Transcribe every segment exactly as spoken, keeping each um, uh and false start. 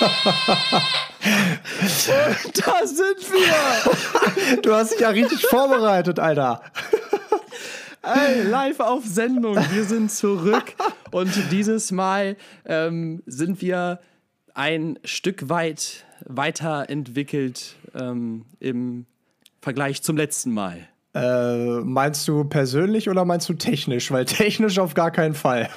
Da sind wir! Du hast dich ja richtig vorbereitet, Alter. Ey, live auf Sendung, wir sind zurück und dieses Mal ähm, sind wir ein Stück weit weiterentwickelt ähm, im Vergleich zum letzten Mal. Äh, meinst du persönlich oder meinst du technisch? Weil technisch auf gar keinen Fall.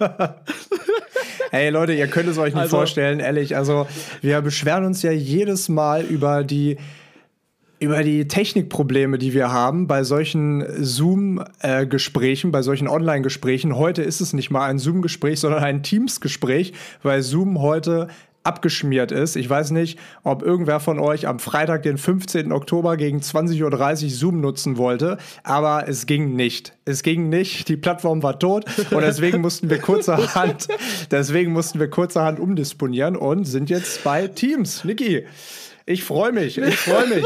Hey Leute, ihr könnt es euch nicht also, vorstellen, ehrlich. Also wir beschweren uns ja jedes Mal über die über die Technikprobleme, die wir haben bei solchen Zoom-Gesprächen, bei solchen Online-Gesprächen. Heute ist es nicht mal ein Zoom-Gespräch, sondern ein Teams-Gespräch, weil Zoom heute abgeschmiert ist. Ich weiß nicht, ob irgendwer von euch am Freitag, den fünfzehnten Oktober gegen zwanzig Uhr dreißig Zoom nutzen wollte, aber es ging nicht. Es ging nicht, die Plattform war tot und deswegen mussten wir kurzerhand, deswegen mussten wir kurzerhand umdisponieren und sind jetzt bei Teams. Niki, ich freue mich, ich freue mich.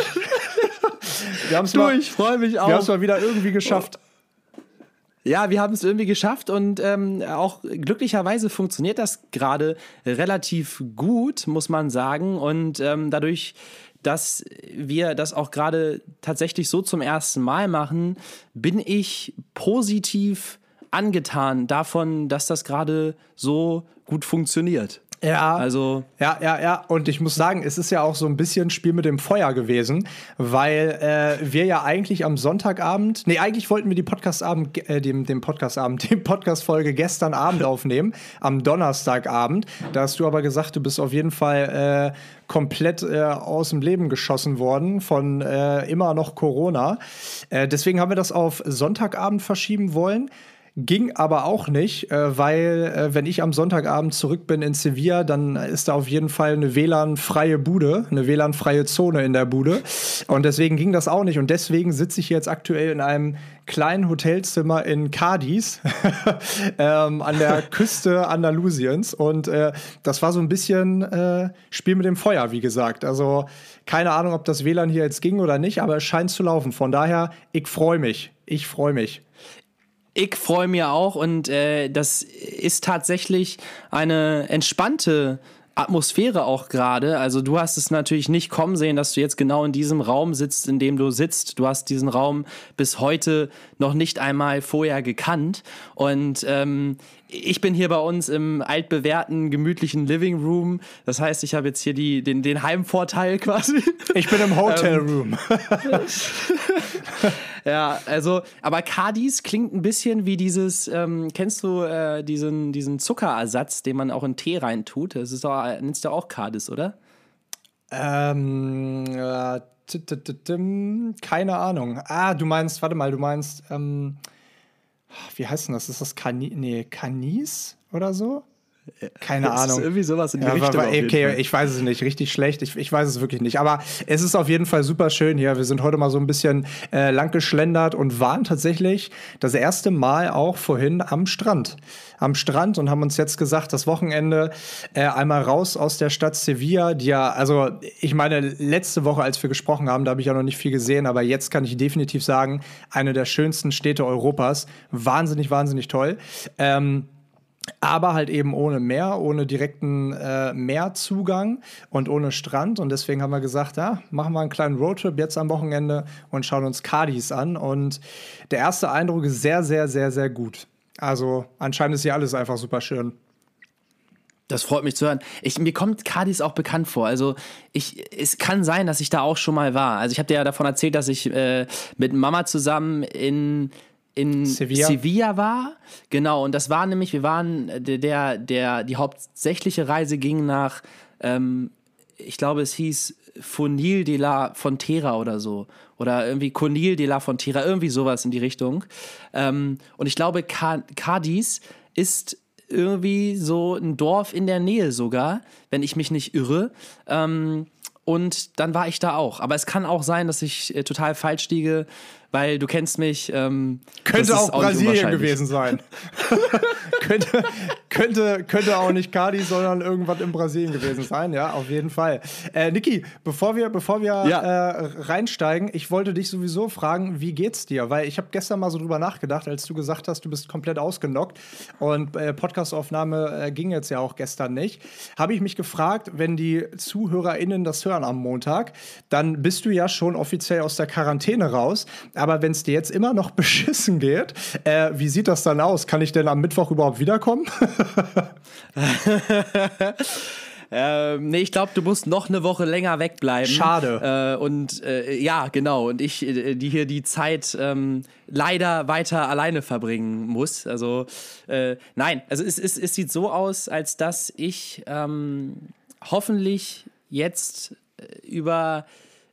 Wir haben's du, mal, ich freue mich auch. Wir haben es mal wieder irgendwie geschafft. Ja, wir haben es irgendwie geschafft und ähm, auch glücklicherweise funktioniert das gerade relativ gut, muss man sagen. Und ähm, dadurch, dass wir das auch gerade tatsächlich so zum ersten Mal machen, bin ich positiv angetan davon, dass das gerade so gut funktioniert. Ja, also ja, ja, ja. Und ich muss sagen, es ist ja auch so ein bisschen Spiel mit dem Feuer gewesen, weil äh, wir ja eigentlich am Sonntagabend, nee, eigentlich wollten wir die Podcastabend, äh, dem, dem Podcastabend, die Podcast-Folge gestern Abend aufnehmen, am Donnerstagabend. Da hast du aber gesagt, du bist auf jeden Fall äh, komplett äh, aus dem Leben geschossen worden von äh, immer noch Corona. Äh, deswegen haben wir das auf Sonntagabend verschieben wollen. Ging aber auch nicht, äh, weil äh, wenn ich am Sonntagabend zurück bin in Sevilla, dann ist da auf jeden Fall eine W L A N-freie Bude, eine W L A N-freie Zone in der Bude. Und deswegen ging das auch nicht. Und deswegen sitze ich jetzt aktuell in einem kleinen Hotelzimmer in Cadiz ähm, an der Küste Andalusiens. Und äh, das war so ein bisschen äh, Spiel mit dem Feuer, wie gesagt. Also keine Ahnung, ob das W L A N hier jetzt ging oder nicht, aber es scheint zu laufen. Von daher, ich freue mich. Ich freue mich. Ich freue mich auch und äh, das ist tatsächlich eine entspannte Atmosphäre auch gerade. Also du hast es natürlich nicht kommen sehen, dass du jetzt genau in diesem Raum sitzt, in dem du sitzt. Du hast diesen Raum bis heute noch nicht einmal vorher gekannt. Und ähm, ich bin hier bei uns im altbewährten, gemütlichen Living Room. Das heißt, ich habe jetzt hier die, den, den Heimvorteil quasi. Ich bin im Hotel Room. Ja, also, aber Cadiz klingt ein bisschen wie dieses, ähm, kennst du äh, diesen, diesen Zuckerersatz, den man auch in Tee reintut? Das ist doch, nennst du auch Cadiz, oder? Ähm, äh, keine Ahnung. Ah, du meinst, warte mal, du meinst, ähm, wie heißt denn das? Ist das Cani- nee, Canis oder so? Keine das Ahnung. Ist irgendwie sowas in die ja, Richtung. War, okay, ich weiß es nicht. Richtig schlecht. Ich, ich weiß es wirklich nicht. Aber es ist auf jeden Fall super schön hier. Wir sind heute mal so ein bisschen äh, lang geschlendert und waren tatsächlich das erste Mal auch vorhin am Strand. Am Strand und haben uns jetzt gesagt, das Wochenende äh, einmal raus aus der Stadt Sevilla, die ja, also ich meine, letzte Woche, als wir gesprochen haben, da habe ich ja noch nicht viel gesehen, aber jetzt kann ich definitiv sagen, eine der schönsten Städte Europas. Wahnsinnig, wahnsinnig toll. Ähm, Aber halt eben ohne Meer, ohne direkten äh, Meerzugang und ohne Strand. Und deswegen haben wir gesagt, ja, machen wir einen kleinen Roadtrip jetzt am Wochenende und schauen uns Cadiz an. Und der erste Eindruck ist sehr, sehr, sehr, sehr gut. Also anscheinend ist hier alles einfach super schön. Das freut mich zu hören. Ich, mir kommt Cadiz auch bekannt vor. Also ich, es kann sein, dass ich da auch schon mal war. Also ich habe dir ja davon erzählt, dass ich äh, mit Mama zusammen in in Sevilla. Sevilla war, genau, und das war nämlich, wir waren, der, der, die hauptsächliche Reise ging nach, ähm, ich glaube, es hieß Conil de la Frontera oder so, oder irgendwie Conil de la Frontera, irgendwie sowas in die Richtung, ähm, und ich glaube, Cadiz ist irgendwie so ein Dorf in der Nähe sogar, wenn ich mich nicht irre, ähm, und dann war ich da auch. Aber es kann auch sein, dass ich äh, total falsch liege, weil du kennst mich. Ähm, könnte auch, auch Brasilien gewesen sein. könnte, könnte, könnte auch nicht Cardi, sondern irgendwas in Brasilien gewesen sein, ja, auf jeden Fall. Äh, Niki, bevor wir, bevor wir ja. äh, reinsteigen, ich wollte dich sowieso fragen, wie geht's dir? Weil ich habe gestern mal so drüber nachgedacht, als du gesagt hast, du bist komplett ausgenockt und äh, Podcastaufnahme äh, ging jetzt ja auch gestern nicht. Habe ich mich gefragt, wenn die ZuhörerInnen das hören am Montag, dann bist du ja schon offiziell aus der Quarantäne raus. Aber wenn es dir jetzt immer noch beschissen geht, äh, wie sieht das dann aus? Kann ich denn am Mittwoch überhaupt wiederkommen? Ähm, nee, ich glaube, du musst noch eine Woche länger wegbleiben. Schade. Äh, und äh, ja, genau. Und ich, äh, die hier die Zeit ähm, leider weiter alleine verbringen muss. Also, äh, nein, also es, es, es sieht so aus, als dass ich ähm, hoffentlich jetzt äh, über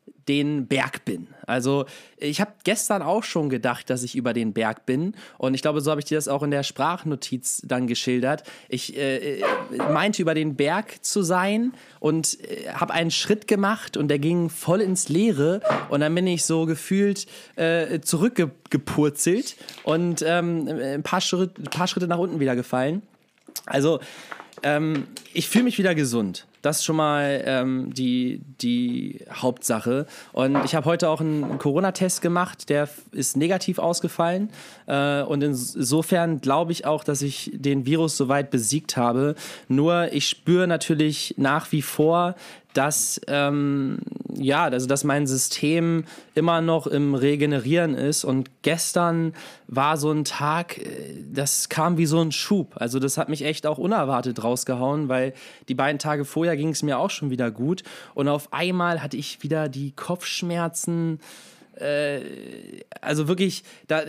den Berg bin. Also ich habe gestern auch schon gedacht, dass ich über den Berg bin und ich glaube, so habe ich dir das auch in der Sprachnotiz dann geschildert. Ich äh, meinte, über den Berg zu sein und äh, habe einen Schritt gemacht und der ging voll ins Leere und dann bin ich so gefühlt äh, zurückgepurzelt und ähm, ein paar Schritt, ein paar Schritte nach unten wieder gefallen. Also ähm, ich fühle mich wieder gesund. Das ist schon mal ähm, die, die Hauptsache. Und ich habe heute auch einen Corona-Test gemacht, der ist negativ ausgefallen. Äh, und insofern glaube ich auch, dass ich den Virus soweit besiegt habe. Nur ich spüre natürlich nach wie vor, dass, ähm, ja, also dass mein System immer noch im Regenerieren ist. Und gestern war so ein Tag, das kam wie so ein Schub. Also das hat mich echt auch unerwartet rausgehauen, weil die beiden Tage vorher ging es mir auch schon wieder gut. Und auf einmal hatte ich wieder die Kopfschmerzen. Äh, also wirklich, da...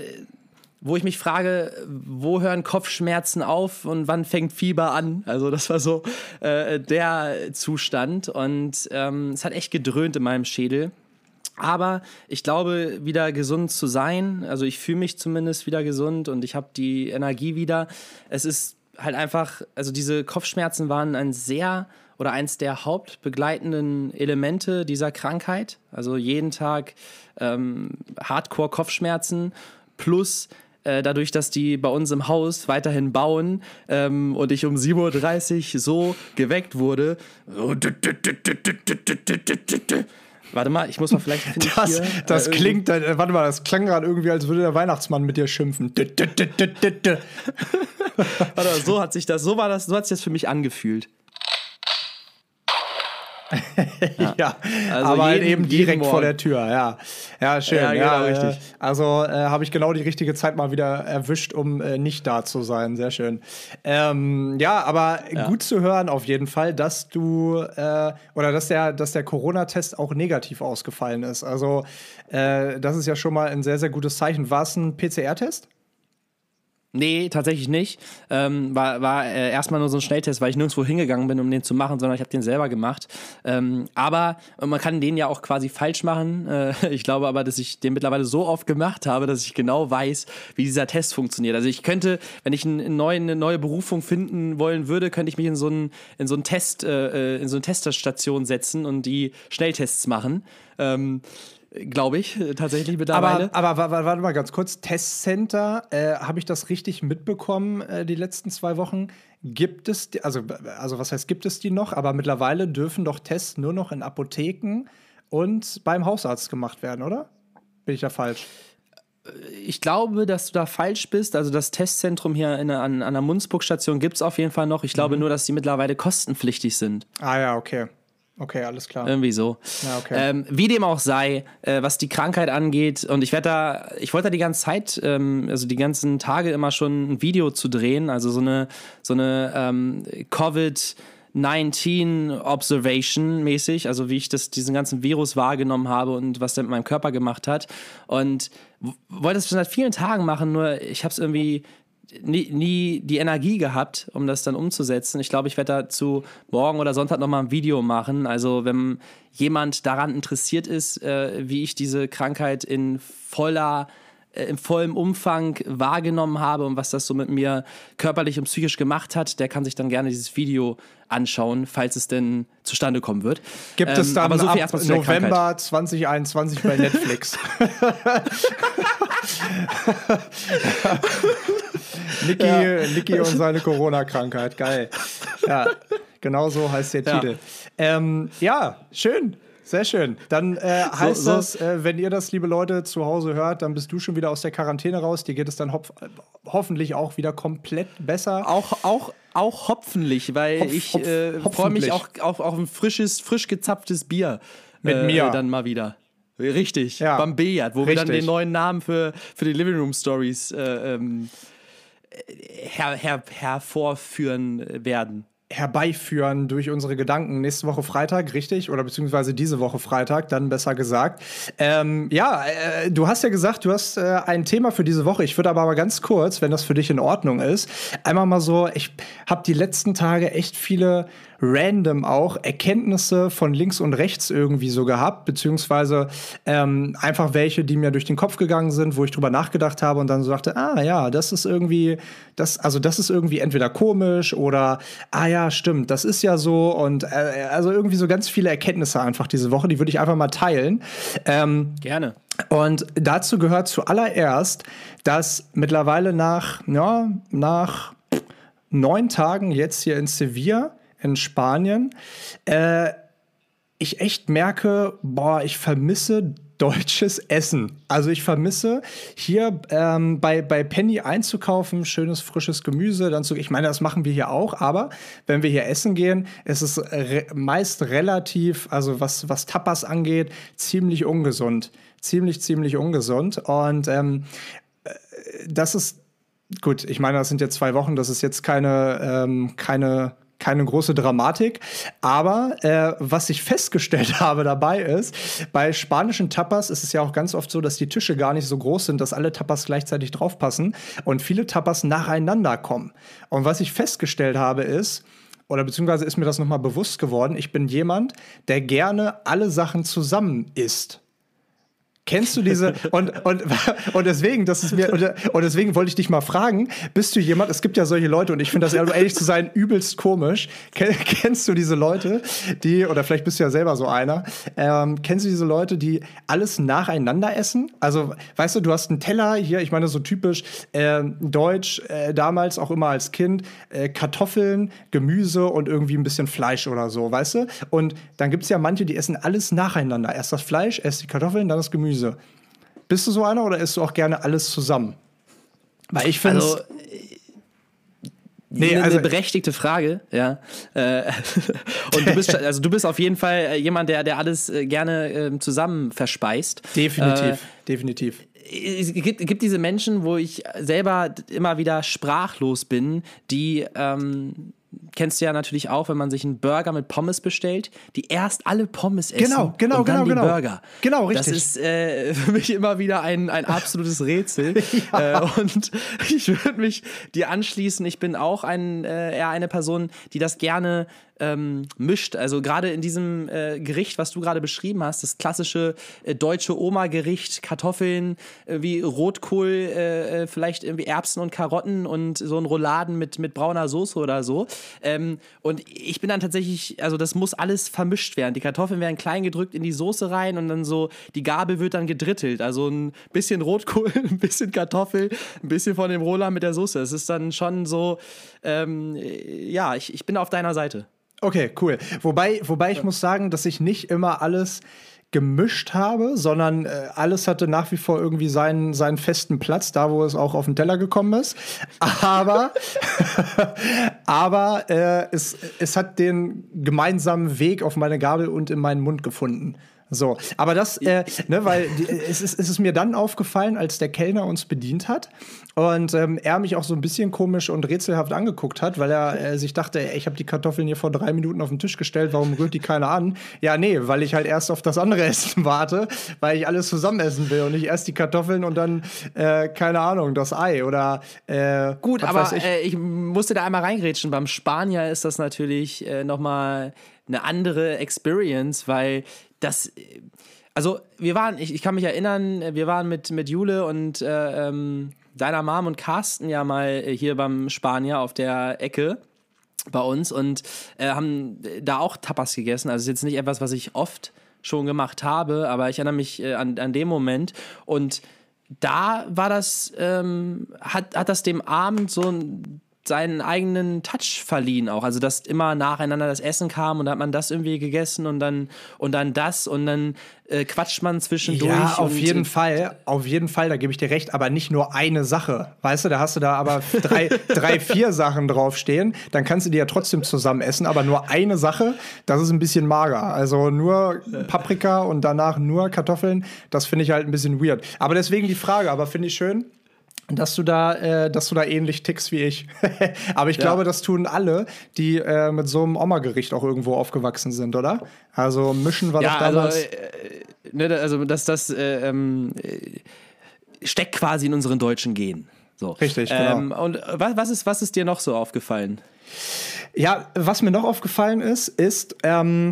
wo ich mich frage, wo hören Kopfschmerzen auf und wann fängt Fieber an? Also das war so äh, der Zustand und ähm, es hat echt gedröhnt in meinem Schädel. Aber ich glaube, wieder gesund zu sein, also ich fühle mich zumindest wieder gesund und ich habe die Energie wieder. Es ist halt einfach, also diese Kopfschmerzen waren ein sehr oder eins der hauptbegleitenden Elemente dieser Krankheit. Also jeden Tag ähm, Hardcore-Kopfschmerzen plus dadurch, dass die bei uns im Haus weiterhin bauen ähm, und ich um sieben Uhr dreißig so geweckt wurde. Warte mal, ich muss mal vielleicht... Das, hier, das äh, klingt, äh, warte mal, das klang gerade irgendwie, als würde der Weihnachtsmann mit dir schimpfen. Warte, so hat sich das, so war das, so hat sich das für mich angefühlt. ja, ja also aber jeden, halt eben direkt vor der Tür, ja. Ja, schön. Ja, genau, ja, richtig. Äh, also äh, habe ich genau die richtige Zeit mal wieder erwischt, um äh, nicht da zu sein. Sehr schön. Ähm, ja, aber ja. gut zu hören auf jeden Fall, dass du äh, oder dass der, dass der Corona-Test auch negativ ausgefallen ist. Also äh, das ist ja schon mal ein sehr, sehr gutes Zeichen. War es ein P C R-Test? Nee, tatsächlich nicht. Ähm, war war äh, erstmal nur so ein Schnelltest, weil ich nirgendwo hingegangen bin, um den zu machen, sondern ich habe den selber gemacht. Ähm, aber man kann den ja auch quasi falsch machen. Äh, ich glaube aber, dass ich den mittlerweile so oft gemacht habe, dass ich genau weiß, wie dieser Test funktioniert. Also ich könnte, wenn ich einen neuen, eine neue Berufung finden wollen würde, könnte ich mich in so einen, in so einen Test, äh, in so eine Testerstation setzen und die Schnelltests machen. Ähm, Glaube ich, tatsächlich mittlerweile. Aber, aber, aber warte mal ganz kurz. Testcenter, äh, habe ich das richtig mitbekommen äh, die letzten zwei Wochen? Gibt es, die, also, also was heißt, gibt es die noch? Aber mittlerweile dürfen doch Tests nur noch in Apotheken und beim Hausarzt gemacht werden, oder? Bin ich da falsch? Ich glaube, dass du da falsch bist. Also das Testzentrum hier in, an, an der Munzburg-Station gibt es auf jeden Fall noch. Ich glaube mhm. nur, dass die mittlerweile kostenpflichtig sind. Ah ja, okay. Okay, alles klar. Irgendwie so. Ja, okay. ähm, wie dem auch sei, äh, was die Krankheit angeht, und ich werde da, ich wollte da die ganze Zeit, ähm, also die ganzen Tage immer schon ein Video zu drehen, also so eine, so eine ähm, Covid neunzehn Observation mäßig, also wie ich das, diesen ganzen Virus wahrgenommen habe und was der mit meinem Körper gemacht hat. Und w- wollte es schon seit vielen Tagen machen, nur ich habe es irgendwie Nie, nie die Energie gehabt, um das dann umzusetzen. Ich glaube, ich werde dazu morgen oder Sonntag nochmal ein Video machen. Also wenn jemand daran interessiert ist, äh, wie ich diese Krankheit in voller äh, im vollen Umfang wahrgenommen habe und was das so mit mir körperlich und psychisch gemacht hat, der kann sich dann gerne dieses Video anschauen, falls es denn zustande kommen wird. Gibt ähm, es dann aber so ab November zwanzig einundzwanzig bei Netflix. Niki, ja. Niki und seine Corona-Krankheit, geil. Ja, genau so heißt der ja. Titel. Ähm, ja, schön. Sehr schön. Dann äh, heißt so, so. das, äh, wenn ihr das, liebe Leute, zu Hause hört, dann bist du schon wieder aus der Quarantäne raus. Dir geht es dann ho- hoffentlich auch wieder komplett besser. Auch, auch, auch hopfenlich, weil Hopf, ich äh, freue mich auch auf, auf ein frisches, frisch gezapftes Bier. Mit äh, mir. Dann mal wieder. Richtig, ja. beim Billard, wo Richtig. wir dann den neuen Namen für, für die Living Room Stories äh, ähm, her, her, hervorführen werden. Herbeiführen durch unsere Gedanken. Nächste Woche Freitag, richtig? Oder beziehungsweise diese Woche Freitag, dann besser gesagt. Ähm, ja, äh, du hast ja gesagt, du hast äh, ein Thema für diese Woche. Ich würde aber mal ganz kurz, wenn das für dich in Ordnung ist, einmal mal so, ich habe die letzten Tage echt viele random auch Erkenntnisse von links und rechts irgendwie so gehabt, beziehungsweise ähm, einfach welche, die mir durch den Kopf gegangen sind, wo ich drüber nachgedacht habe und dann so dachte, ah ja, das ist irgendwie, das, also das ist irgendwie entweder komisch oder, ah ja, stimmt, das ist ja so und äh, also irgendwie so ganz viele Erkenntnisse einfach diese Woche, die würde ich einfach mal teilen. Ähm, Gerne. Und dazu gehört zuallererst, dass mittlerweile nach, ja, nach neun Tagen jetzt hier in Sevilla in Spanien, äh, ich echt merke, boah, ich vermisse deutsches Essen. Also ich vermisse hier ähm, bei, bei Penny einzukaufen, schönes frisches Gemüse, dann zu, ich meine, das machen wir hier auch, aber wenn wir hier essen gehen, ist es re- meist relativ, also was, was Tapas angeht, ziemlich ungesund. Ziemlich, ziemlich ungesund. Und ähm, das ist, gut, ich meine, das sind jetzt zwei Wochen, das ist jetzt keine, ähm, keine Keine große Dramatik, aber äh, was ich festgestellt habe dabei ist, bei spanischen Tapas ist es ja auch ganz oft so, dass die Tische gar nicht so groß sind, dass alle Tapas gleichzeitig draufpassen und viele Tapas nacheinander kommen. Und was ich festgestellt habe ist, oder beziehungsweise ist mir das nochmal bewusst geworden, ich bin jemand, der gerne alle Sachen zusammen isst. Kennst du diese und, und, und deswegen, das ist mir und, und deswegen wollte ich dich mal fragen, bist du jemand, es gibt ja solche Leute und ich finde das, um ehrlich zu sein, übelst komisch. Ken, kennst du diese Leute, die, oder vielleicht bist du ja selber so einer, ähm, kennst du diese Leute, die alles nacheinander essen? Also, weißt du, du hast einen Teller hier, ich meine so typisch äh, deutsch, äh, damals auch immer als Kind, äh, Kartoffeln, Gemüse und irgendwie ein bisschen Fleisch oder so, weißt du? Und dann gibt es ja manche, die essen alles nacheinander. Erst das Fleisch, erst die Kartoffeln, dann das Gemüse. Bist du so einer oder isst du auch gerne alles zusammen? Weil ich finde also, nee, eine, also eine berechtigte Frage, ja. Und du bist, also du bist auf jeden Fall jemand, der, der alles gerne zusammen verspeist. Definitiv, äh, definitiv. Es gibt, gibt diese Menschen, wo ich selber immer wieder sprachlos bin, die ähm, kennst du ja natürlich auch, wenn man sich einen Burger mit Pommes bestellt, die erst alle Pommes essen genau, genau, und dann genau, den genau. Burger. Genau, richtig. Das ist äh, für mich immer wieder ein, ein absolutes Rätsel. ja. äh, und ich würde mich dir anschließen. Ich bin auch ein, äh, eher eine Person, die das gerne ähm, mischt. Also gerade in diesem äh, Gericht, was du gerade beschrieben hast, das klassische äh, deutsche Oma-Gericht, Kartoffeln, äh, wie Rotkohl, äh, vielleicht irgendwie Erbsen und Karotten und so ein Rouladen mit, mit brauner Soße oder so. Ähm, und ich bin dann tatsächlich, also das muss alles vermischt werden. Die Kartoffeln werden klein gedrückt in die Soße rein und dann so, die Gabel wird dann gedrittelt. Also ein bisschen Rotkohl, ein bisschen Kartoffel, ein bisschen von dem Rouladen mit der Soße. Es ist dann schon so, ähm, ja, ich, ich bin auf deiner Seite. Okay, cool. Wobei, wobei ich ja. muss sagen, dass ich nicht immer alles gemischt habe, sondern äh, alles hatte nach wie vor irgendwie seinen, seinen festen Platz, da wo es auch auf den Teller gekommen ist. Aber, aber äh, es, es hat den gemeinsamen Weg auf meine Gabel und in meinen Mund gefunden. So, aber das, äh, ne, weil die, es, ist, es ist mir dann aufgefallen, als der Kellner uns bedient hat und ähm, er mich auch so ein bisschen komisch und rätselhaft angeguckt hat, weil er äh, sich dachte, ey, ich habe die Kartoffeln hier vor drei Minuten auf den Tisch gestellt, warum rührt die keiner an? Ja, nee, weil ich halt erst auf das andere Essen warte, weil ich alles zusammen essen will und nicht erst die Kartoffeln und dann, äh, keine Ahnung, das Ei oder äh, Gut, aber ich. Äh, ich musste da einmal reingrätschen. Beim Spanier ist das natürlich äh, noch mal eine andere Experience, weil das, Also wir waren, ich, ich kann mich erinnern, wir waren mit, mit Jule und äh, ähm, deiner Mom und Carsten ja mal hier beim Spanier auf der Ecke bei uns und äh, haben da auch Tapas gegessen. Also es ist jetzt nicht etwas, was ich oft schon gemacht habe, aber ich erinnere mich äh, an, an den Moment und da war das, ähm, hat, hat das dem Abend so ein seinen eigenen Touch verliehen auch. Also, dass immer nacheinander das Essen kam und dann hat man das irgendwie gegessen und dann, und dann das und dann äh, quatscht man zwischendurch. Ja, auf und, jeden Fall, auf jeden Fall, da gebe ich dir recht, aber nicht nur eine Sache. Weißt du, da hast du da aber drei, drei, vier Sachen draufstehen, dann kannst du die ja trotzdem zusammen essen, aber nur eine Sache, das ist ein bisschen mager. Also nur Paprika und danach nur Kartoffeln, das finde ich halt ein bisschen weird. Aber deswegen die Frage, aber finde ich schön, dass du da, äh, dass du da ähnlich tickst wie ich. Aber ich ja. glaube, das tun alle, die äh, mit so einem Oma-Gericht auch irgendwo aufgewachsen sind, oder? Also mischen war ja, doch damals. Also, äh, ne, also das, das äh, ähm, steckt quasi in unseren deutschen Genen. So. Richtig, genau. Ähm, und was, was, ist, was ist dir noch so aufgefallen? Ja, was mir noch aufgefallen ist, ist, ähm,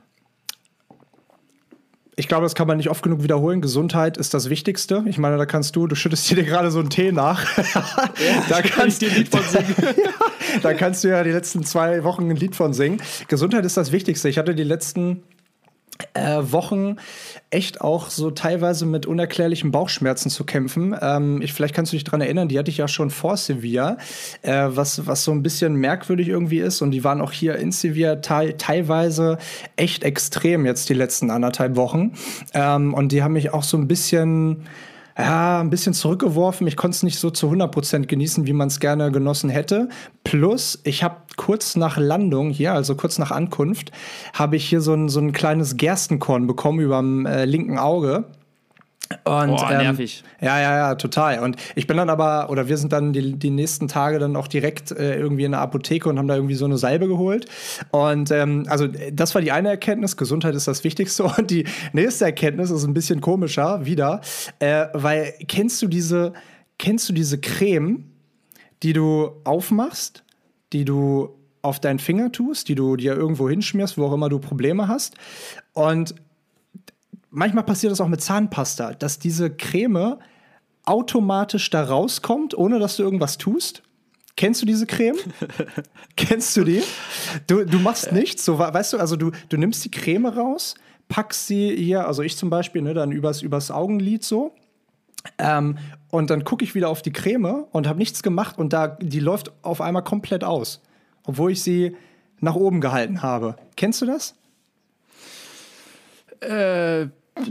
ich glaube, das kann man nicht oft genug wiederholen. Gesundheit ist das Wichtigste. Ich meine, da kannst du, du schüttest dir gerade so einen Tee nach. Ja, da kannst du ein Lied von singen. Ja, da kannst du ja die letzten zwei Wochen ein Lied von singen. Gesundheit ist das Wichtigste. Ich hatte die letzten äh, Wochen echt auch so teilweise mit unerklärlichen Bauchschmerzen zu kämpfen. Ähm, ich, vielleicht kannst du dich daran erinnern, die hatte ich ja schon vor Sevilla, äh, was, was so ein bisschen merkwürdig irgendwie ist. Und die waren auch hier in Sevilla te- teilweise echt extrem jetzt die letzten anderthalb Wochen. Ähm, und die haben mich auch so ein bisschen... Ja, ein bisschen zurückgeworfen. Ich konnte es nicht so zu hundert Prozent genießen, wie man es gerne genossen hätte. Plus, ich habe kurz nach Landung hier, also kurz nach Ankunft, habe ich hier so ein, so ein kleines Gerstenkorn bekommen überm äh, linken Auge. Und, Boah, nervig. Ähm, ja, ja, ja, total. Und ich bin dann aber, oder wir sind dann die, die nächsten Tage dann auch direkt äh, irgendwie in der Apotheke und haben da irgendwie so eine Salbe geholt. Und ähm, also das war die eine Erkenntnis, Gesundheit ist das Wichtigste. Und die nächste Erkenntnis ist ein bisschen komischer, wieder, äh, weil kennst du diese, kennst du diese Creme, die du aufmachst, die du auf deinen Finger tust, die du dir irgendwo hinschmierst, wo auch immer du Probleme hast. Und manchmal passiert das auch mit Zahnpasta, dass diese Creme automatisch da rauskommt, ohne dass du irgendwas tust. Kennst du diese Creme? Kennst du die? Du, du machst nichts, so, weißt du, also du, du nimmst die Creme raus, packst sie hier, also ich zum Beispiel, ne, dann übers, übers Augenlid so. Ähm, und dann gucke ich wieder auf die Creme und habe nichts gemacht und da, die läuft auf einmal komplett aus, obwohl ich sie nach oben gehalten habe. Kennst du das? Äh,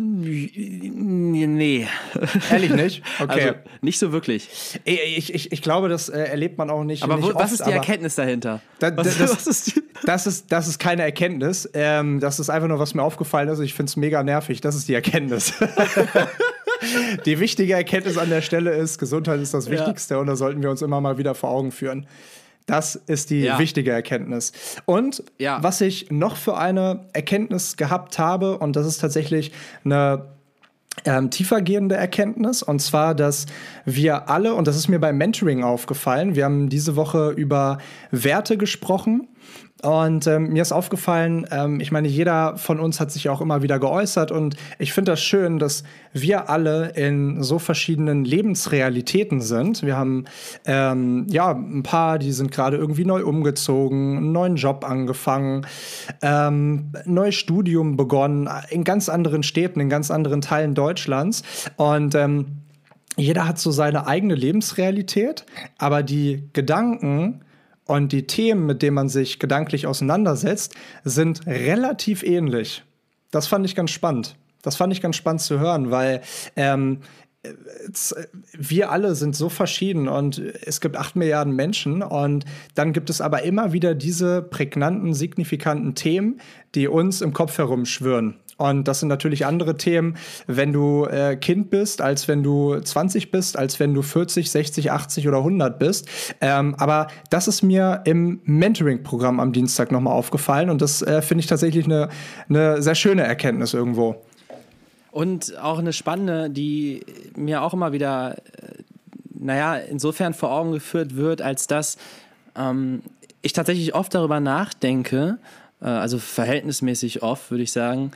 nee. Ehrlich nicht? Okay. Also, nicht so wirklich. Ich, ich, ich glaube, das äh, erlebt man auch nicht. Aber nicht wo, oft, was ist die Erkenntnis dahinter? Da, was, das, was ist die? Das, ist, das ist keine Erkenntnis. Ähm, das ist einfach nur, was mir aufgefallen ist. Ich finde es mega nervig. Das ist die Erkenntnis. Die wichtige Erkenntnis an der Stelle ist, Gesundheit ist das Wichtigste, ja. Und da sollten wir uns immer mal wieder vor Augen führen. Das ist die ja. wichtige Erkenntnis. Und ja. was ich noch für eine Erkenntnis gehabt habe, und das ist tatsächlich eine ähm, tiefergehende Erkenntnis, und zwar, dass wir alle, und das ist mir beim Mentoring aufgefallen, wir haben diese Woche über Werte gesprochen. Und ähm, mir ist aufgefallen, ähm, ich meine, jeder von uns hat sich auch immer wieder geäußert und ich finde das schön, dass wir alle in so verschiedenen Lebensrealitäten sind. Wir haben ähm, ja ein paar, die sind gerade irgendwie neu umgezogen, einen neuen Job angefangen, ähm, neues Studium begonnen, in ganz anderen Städten, in ganz anderen Teilen Deutschlands und ähm, jeder hat so seine eigene Lebensrealität, aber die Gedanken und die Themen, mit denen man sich gedanklich auseinandersetzt, sind relativ ähnlich. Das fand ich ganz spannend. Das fand ich ganz spannend zu hören, weil ähm, wir alle sind so verschieden und es gibt acht Milliarden Menschen und dann gibt es aber immer wieder diese prägnanten, signifikanten Themen, die uns im Kopf herumschwirren. Und das sind natürlich andere Themen, wenn du äh, Kind bist, als wenn du zwanzig bist, als wenn du vierzig, sechzig, achtzig oder hundert bist. Ähm, aber das ist mir im Mentoring-Programm am Dienstag nochmal aufgefallen und das äh, finde ich tatsächlich eine, eine sehr schöne Erkenntnis irgendwo. Und auch eine spannende, die mir auch immer wieder, äh, naja, insofern vor Augen geführt wird, als dass ähm, ich tatsächlich oft darüber nachdenke, äh, also verhältnismäßig oft, würde ich sagen,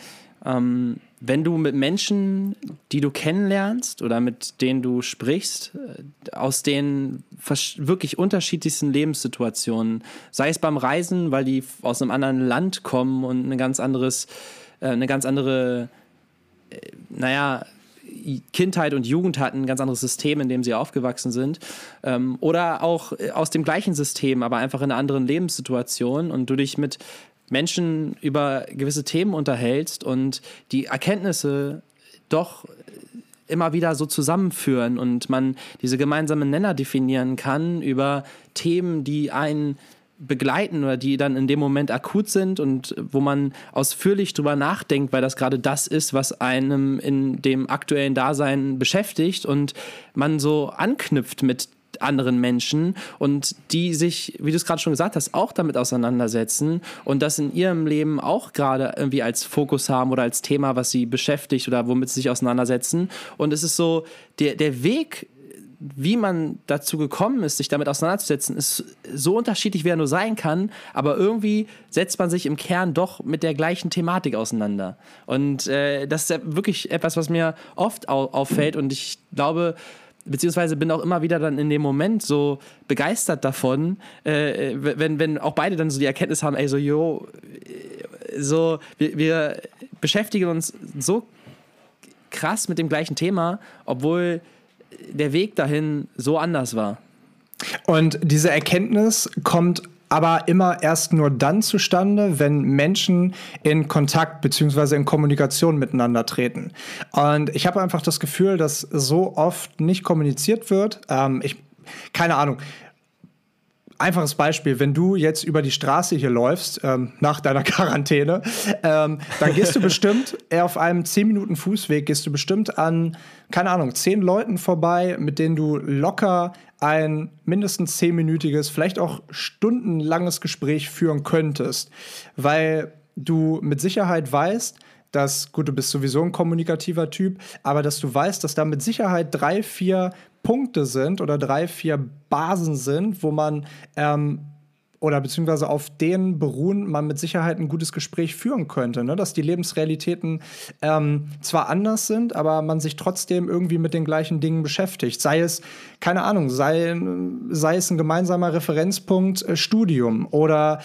ähm, wenn du mit Menschen, die du kennenlernst oder mit denen du sprichst, aus den wirklich unterschiedlichsten Lebenssituationen, sei es beim Reisen, weil die aus einem anderen Land kommen und ein ganz anderes, äh, eine ganz andere, äh, naja, Kindheit und Jugend hatten, ein ganz anderes System, in dem sie aufgewachsen sind. Ähm, oder auch aus dem gleichen System, aber einfach in einer anderen Lebenssituation und du dich mit Menschen über gewisse Themen unterhältst und die Erkenntnisse doch immer wieder so zusammenführen und man diese gemeinsamen Nenner definieren kann über Themen, die einen begleiten oder die dann in dem Moment akut sind und wo man ausführlich drüber nachdenkt, weil das gerade das ist, was einem in dem aktuellen Dasein beschäftigt und man so anknüpft mit anderen Menschen und die sich, wie du es gerade schon gesagt hast, auch damit auseinandersetzen und das in ihrem Leben auch gerade irgendwie als Fokus haben oder als Thema, was sie beschäftigt oder womit sie sich auseinandersetzen. Und es ist so, der, der Weg, wie man dazu gekommen ist, sich damit auseinanderzusetzen, ist so unterschiedlich, wie er nur sein kann, aber irgendwie setzt man sich im Kern doch mit der gleichen Thematik auseinander. Und äh, das ist ja wirklich etwas, was mir oft au- auffällt und ich glaube, beziehungsweise bin auch immer wieder dann in dem Moment so begeistert davon, äh, wenn, wenn auch beide dann so die Erkenntnis haben, ey, so, yo, so, wir, wir beschäftigen uns so krass mit dem gleichen Thema, obwohl der Weg dahin so anders war. Und diese Erkenntnis kommt aber immer erst nur dann zustande, wenn Menschen in Kontakt bzw. in Kommunikation miteinander treten. Und ich habe einfach das Gefühl, dass so oft nicht kommuniziert wird. Ähm, ich, keine Ahnung. Einfaches Beispiel, wenn du jetzt über die Straße hier läufst, ähm, nach deiner Quarantäne, ähm, dann gehst du bestimmt auf einem zehn Minuten Fußweg, gehst du bestimmt an, keine Ahnung, zehn Leuten vorbei, mit denen du locker ein mindestens zehnminütiges, vielleicht auch stundenlanges Gespräch führen könntest, weil du mit Sicherheit weißt, dass, gut, du bist sowieso ein kommunikativer Typ, aber dass du weißt, dass da mit Sicherheit drei, vier Punkte sind oder drei, vier Basen sind, wo man ähm, oder beziehungsweise auf denen beruhen man mit Sicherheit ein gutes Gespräch führen könnte, ne? Dass die Lebensrealitäten ähm, zwar anders sind, aber man sich trotzdem irgendwie mit den gleichen Dingen beschäftigt. Sei es, keine Ahnung, sei, sei es ein gemeinsamer Referenzpunkt äh, Studium oder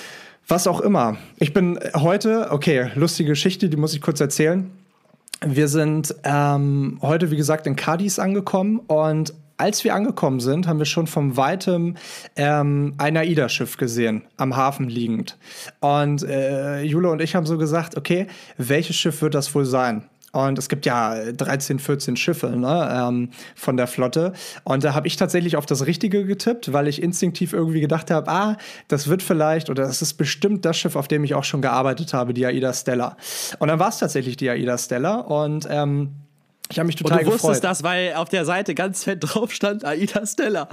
was auch immer. Ich bin heute, okay, lustige Geschichte, die muss ich kurz erzählen. Wir sind ähm, heute, wie gesagt, in Cadiz angekommen und als wir angekommen sind, haben wir schon von Weitem ähm, ein AIDA-Schiff gesehen, am Hafen liegend. Und äh, Jule und ich haben so gesagt, okay, welches Schiff wird das wohl sein? Und es gibt ja dreizehn, vierzehn Schiffe, ne, ähm, von der Flotte. Und da habe ich tatsächlich auf das Richtige getippt, weil ich instinktiv irgendwie gedacht habe, ah, das wird vielleicht oder das ist bestimmt das Schiff, auf dem ich auch schon gearbeitet habe, die AIDA Stella. Und dann war es tatsächlich die AIDA Stella und ähm, ich habe mich total gefreut. Und du wusstest das, weil auf der Seite ganz fett drauf stand AIDA Stella.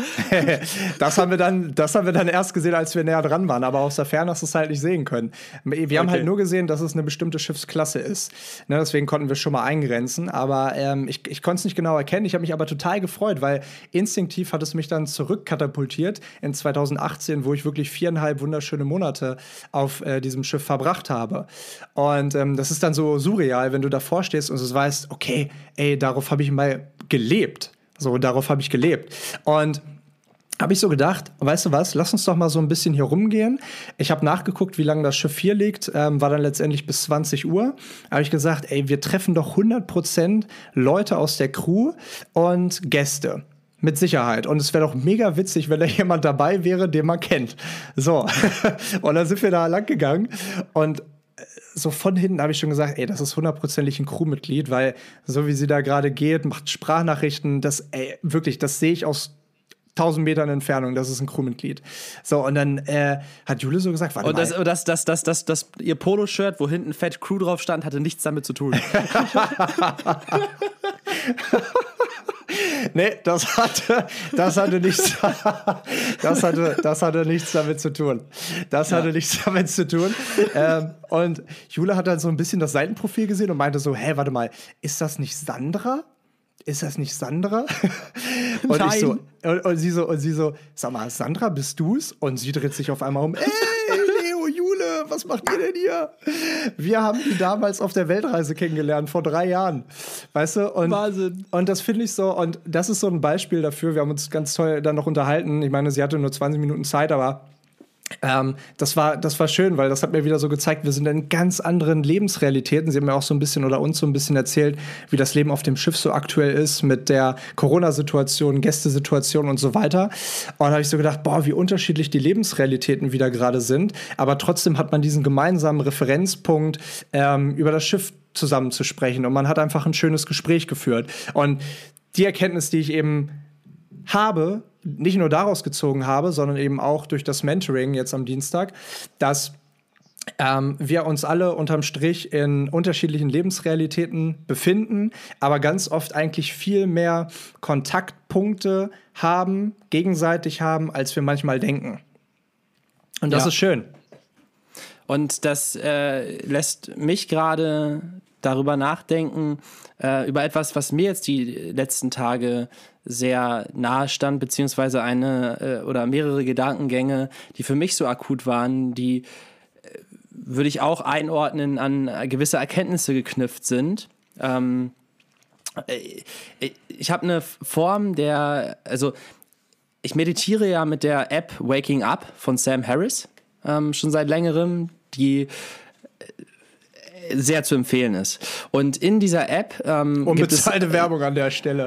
das, haben wir dann, das haben wir dann erst gesehen, als wir näher dran waren. Aber aus der Ferne hast du es halt nicht sehen können. Wir okay. haben halt nur gesehen, dass es eine bestimmte Schiffsklasse ist. Ne, deswegen konnten wir schon mal eingrenzen. Aber ähm, ich, ich konnte es nicht genau erkennen. Ich habe mich aber total gefreut, weil instinktiv hat es mich dann zurückkatapultiert in zwanzig achtzehn, wo ich wirklich viereinhalb wunderschöne Monate auf äh, diesem Schiff verbracht habe. Und ähm, das ist dann so surreal, wenn du davor stehst und du weißt, okay, ey, Ey, darauf habe ich mal gelebt. So, darauf habe ich gelebt. Und habe ich so gedacht, weißt du was, lass uns doch mal so ein bisschen hier rumgehen. Ich habe nachgeguckt, wie lange das Schiff hier liegt, ähm, war dann letztendlich bis zwanzig Uhr. Da habe ich gesagt, ey, wir treffen doch hundert Prozent Leute aus der Crew und Gäste. Mit Sicherheit. Und es wäre doch mega witzig, wenn da jemand dabei wäre, den man kennt. So, und dann sind wir da lang gegangen und so von hinten habe ich schon gesagt, ey, das ist hundertprozentig ein Crewmitglied, weil so wie sie da gerade geht, macht Sprachnachrichten, das, ey, wirklich, das sehe ich aus tausend Metern Entfernung, das ist ein Crewmitglied. So, und dann äh, hat Jule so gesagt, warte und das, mal. Und das, das, das, das, das, ihr Poloshirt, wo hinten Fett Crew drauf stand, hatte nichts damit zu tun. Nee, das hatte, das hatte nichts, das hatte, das hatte nichts damit zu tun. Das ja. hatte nichts damit zu tun. Ähm, und Jule hat dann so ein bisschen das Seitenprofil gesehen und meinte so, hä, warte mal, ist das nicht Sandra? Ist das nicht Sandra? Und Nein. ich so, und, und sie so, und sie so, sag mal, Sandra, bist du's? Und sie dreht sich auf einmal um, ey, Leo, Jule, was macht ihr denn hier? Wir haben die damals auf der Weltreise kennengelernt, vor drei Jahren. Weißt du? Und, Wahnsinn. Und das finde ich so, und das ist so ein Beispiel dafür. Wir haben uns ganz toll dann noch unterhalten. Ich meine, sie hatte nur zwanzig Minuten Zeit, aber Ähm, das war, das war schön, weil das hat mir wieder so gezeigt, wir sind in ganz anderen Lebensrealitäten. Sie haben mir auch so ein bisschen oder uns so ein bisschen erzählt, wie das Leben auf dem Schiff so aktuell ist mit der Corona-Situation, Gästesituation und so weiter. Und da habe ich so gedacht, boah, wie unterschiedlich die Lebensrealitäten wieder gerade sind. Aber trotzdem hat man diesen gemeinsamen Referenzpunkt, ähm, über das Schiff zusammen zu sprechen. Und man hat einfach ein schönes Gespräch geführt. Und die Erkenntnis, die ich eben habe, nicht nur daraus gezogen habe, sondern eben auch durch das Mentoring jetzt am Dienstag, dass ähm, wir uns alle unterm Strich in unterschiedlichen Lebensrealitäten befinden, aber ganz oft eigentlich viel mehr Kontaktpunkte haben, gegenseitig haben, als wir manchmal denken. Und das Ja. ist schön. Und das äh, lässt mich gerade darüber nachdenken, äh, über etwas, was mir jetzt die letzten Tage sehr nahe stand, beziehungsweise eine äh, oder mehrere Gedankengänge, die für mich so akut waren, die äh, würde ich auch einordnen an gewisse Erkenntnisse geknüpft sind. Ähm, äh, ich habe eine Form der, also ich meditiere ja mit der App Waking Up von Sam Harris ähm, schon seit längerem, die sehr zu empfehlen ist. Und in dieser App ähm, Unbezahlte gibt es Werbung an der Stelle.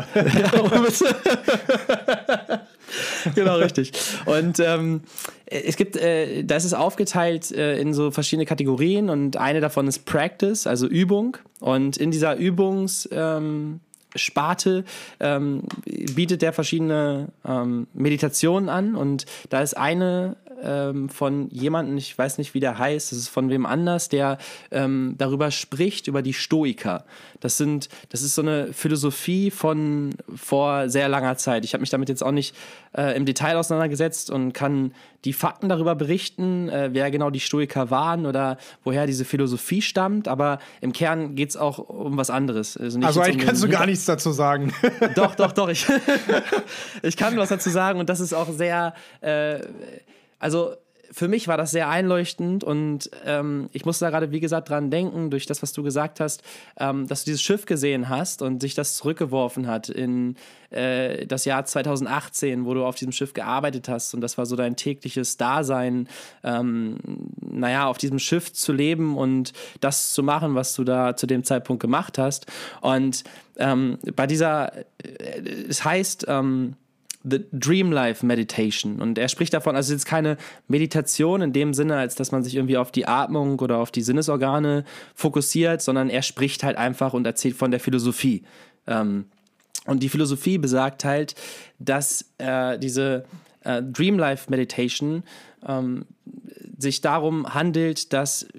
Genau, richtig. Und ähm, es gibt, äh, das ist aufgeteilt äh, in so verschiedene Kategorien und eine davon ist Practice, also Übung. Und in dieser Übungs ähm, Sparte ähm, bietet der verschiedene ähm, Meditationen an und da ist eine ähm, von jemandem, ich weiß nicht, wie der heißt, das ist von wem anders, der ähm, darüber spricht, über die Stoiker. Das sind, das ist so eine Philosophie von vor sehr langer Zeit. Ich habe mich damit jetzt auch nicht äh, im Detail auseinandergesetzt und kann die Fakten darüber berichten, äh, wer genau die Stoiker waren oder woher diese Philosophie stammt, aber im Kern geht es auch um was anderes. Also, nicht Also jetzt eigentlich um kannst du den gar nichts dazu sagen. Doch, doch, doch. Ich, ich kann was dazu sagen und das ist auch sehr, äh, also für mich war das sehr einleuchtend und ähm, ich musste da gerade, wie gesagt, dran denken, durch das, was du gesagt hast, ähm, dass du dieses Schiff gesehen hast und sich das zurückgeworfen hat in äh, das Jahr zwanzig achtzehn, wo du auf diesem Schiff gearbeitet hast und das war so dein tägliches Dasein, ähm, naja, auf diesem Schiff zu leben und das zu machen, was du da zu dem Zeitpunkt gemacht hast. Und ähm, bei dieser, äh, es heißt, ähm, The Dream Life Meditation. Und er spricht davon, also es ist keine Meditation in dem Sinne, als dass man sich irgendwie auf die Atmung oder auf die Sinnesorgane fokussiert, sondern er spricht halt einfach und erzählt von der Philosophie. Ähm, und die Philosophie besagt halt, dass äh, diese äh, Dream Life Meditation ähm, sich darum handelt, dass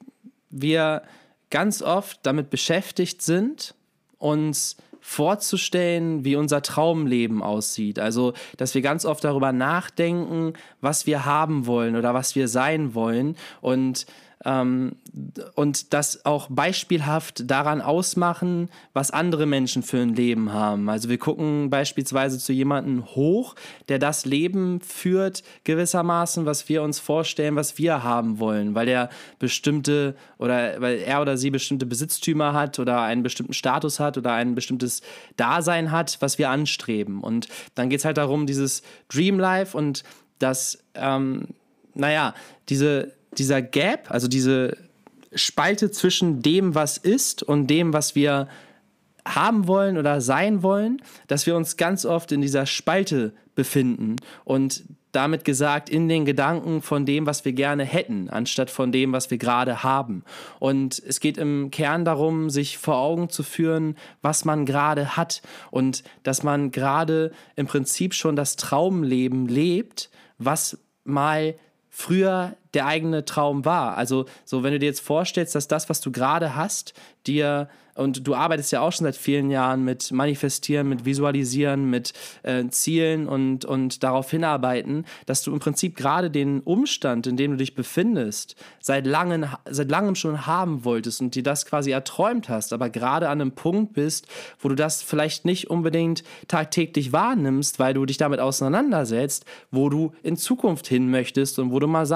wir ganz oft damit beschäftigt sind, uns vorzustellen, wie unser Traumleben aussieht. Also, dass wir ganz oft darüber nachdenken, was wir haben wollen oder was wir sein wollen und ähm, und das auch beispielhaft daran ausmachen, was andere Menschen für ein Leben haben. Also wir gucken beispielsweise zu jemandem hoch, der das Leben führt, gewissermaßen, was wir uns vorstellen, was wir haben wollen, weil er bestimmte oder weil er oder sie bestimmte Besitztümer hat oder einen bestimmten Status hat oder ein bestimmtes Dasein hat, was wir anstreben. Und dann geht es halt darum, dieses Dream Life und das, ähm, naja, diese dieser Gap, also diese Spalte zwischen dem, was ist und dem, was wir haben wollen oder sein wollen, dass wir uns ganz oft in dieser Spalte befinden und damit gesagt in den Gedanken von dem, was wir gerne hätten, anstatt von dem, was wir gerade haben. Und es geht im Kern darum, sich vor Augen zu führen, was man gerade hat und dass man gerade im Prinzip schon das Traumleben lebt, was mal früher der eigene Traum war. Also so, wenn du dir jetzt vorstellst, dass das, was du gerade hast, dir, und du arbeitest ja auch schon seit vielen Jahren mit Manifestieren, mit Visualisieren, mit äh, Zielen und, und darauf hinarbeiten, dass du im Prinzip gerade den Umstand, in dem du dich befindest, seit langem, seit langem schon haben wolltest und dir das quasi erträumt hast, aber gerade an einem Punkt bist, wo du das vielleicht nicht unbedingt tagtäglich wahrnimmst, weil du dich damit auseinandersetzt, wo du in Zukunft hin möchtest und wo du mal sein willst.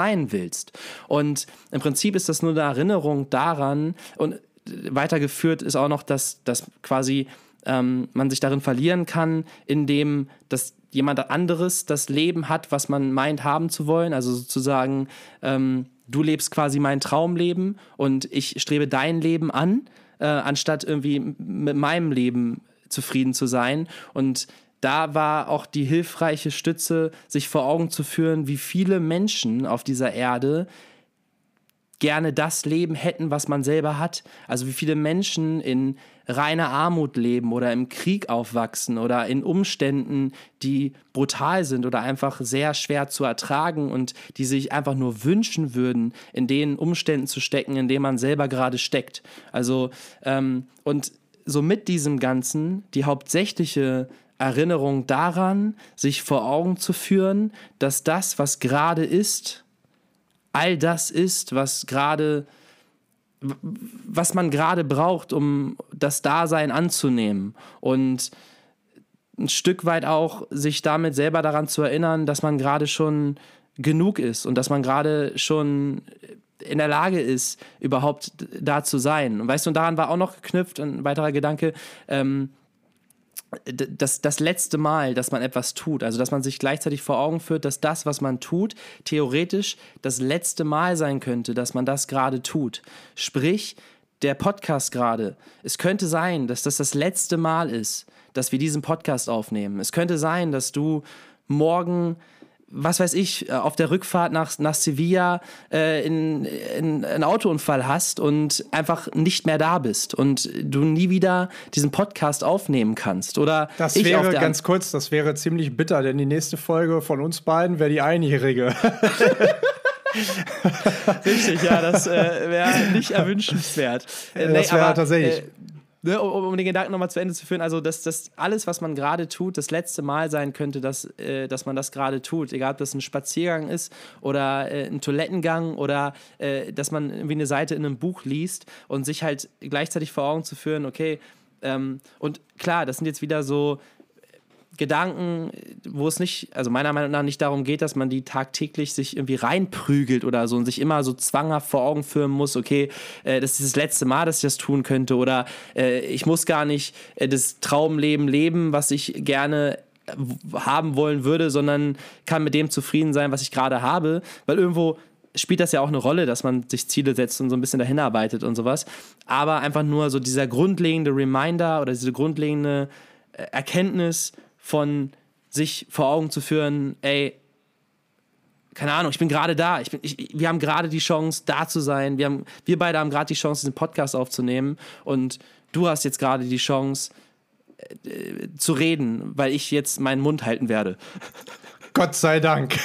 willst. Und im Prinzip ist das nur eine Erinnerung daran und weitergeführt ist auch noch, dass, dass quasi ähm, man sich darin verlieren kann, indem dass jemand anderes das Leben hat, was man meint haben zu wollen. Also sozusagen, ähm, du lebst quasi mein Traumleben und ich strebe dein Leben an, äh, anstatt irgendwie mit meinem Leben zufrieden zu sein. Und da war auch die hilfreiche Stütze, sich vor Augen zu führen, wie viele Menschen auf dieser Erde gerne das Leben hätten, was man selber hat. Also wie viele Menschen in reiner Armut leben oder im Krieg aufwachsen oder in Umständen, die brutal sind oder einfach sehr schwer zu ertragen und die sich einfach nur wünschen würden, in den Umständen zu stecken, in denen man selber gerade steckt. Also ähm, und so mit diesem Ganzen die hauptsächliche Erinnerung daran, sich vor Augen zu führen, dass das, was gerade ist, all das ist, was gerade, was man gerade braucht, um das Dasein anzunehmen. Und ein Stück weit auch sich damit selber daran zu erinnern, dass man gerade schon genug ist und dass man gerade schon in der Lage ist, überhaupt da zu sein. Und weißt du, und daran war auch noch geknüpft ein weiterer Gedanke, ähm, Das, das letzte Mal, dass man etwas tut, also dass man sich gleichzeitig vor Augen führt, dass das, was man tut, theoretisch das letzte Mal sein könnte, dass man das gerade tut. Sprich, der Podcast gerade, es könnte sein, dass das das letzte Mal ist, dass wir diesen Podcast aufnehmen. Es könnte sein, dass du morgen, was weiß ich, auf der Rückfahrt nach, nach Sevilla äh, in, in, einen Autounfall hast und einfach nicht mehr da bist und du nie wieder diesen Podcast aufnehmen kannst. Oder das ich wäre, auf der ganz kurz, das wäre ziemlich bitter, denn die nächste Folge von uns beiden wäre die einjährige. Richtig, ja, das äh, wäre nicht erwünschenswert. Äh, nee, das wäre aber, tatsächlich... Äh, Ne, um, um den Gedanken nochmal zu Ende zu führen, also dass das alles, was man gerade tut, das letzte Mal sein könnte, dass, äh, dass man das gerade tut. Egal, ob das ein Spaziergang ist oder äh, ein Toilettengang oder äh, dass man irgendwie eine Seite in einem Buch liest und sich halt gleichzeitig vor Augen zu führen, okay, ähm, und klar, das sind jetzt wieder so Gedanken, wo es nicht, also meiner Meinung nach nicht darum geht, dass man die tagtäglich sich irgendwie reinprügelt oder so und sich immer so zwanghaft vor Augen führen muss, okay, äh, das ist das letzte Mal, dass ich das tun könnte oder äh, ich muss gar nicht äh, das Traumleben leben, was ich gerne haben wollen würde, sondern kann mit dem zufrieden sein, was ich gerade habe, weil irgendwo spielt das ja auch eine Rolle, dass man sich Ziele setzt und so ein bisschen dahin arbeitet und sowas, aber einfach nur so dieser grundlegende Reminder oder diese grundlegende äh, Erkenntnis von sich vor Augen zu führen, ey, keine Ahnung, ich bin gerade da, ich bin, ich, wir haben gerade die Chance, da zu sein, wir, haben, wir beide haben gerade die Chance, diesen Podcast aufzunehmen und du hast jetzt gerade die Chance äh, zu reden, weil ich jetzt meinen Mund halten werde. Gott sei Dank.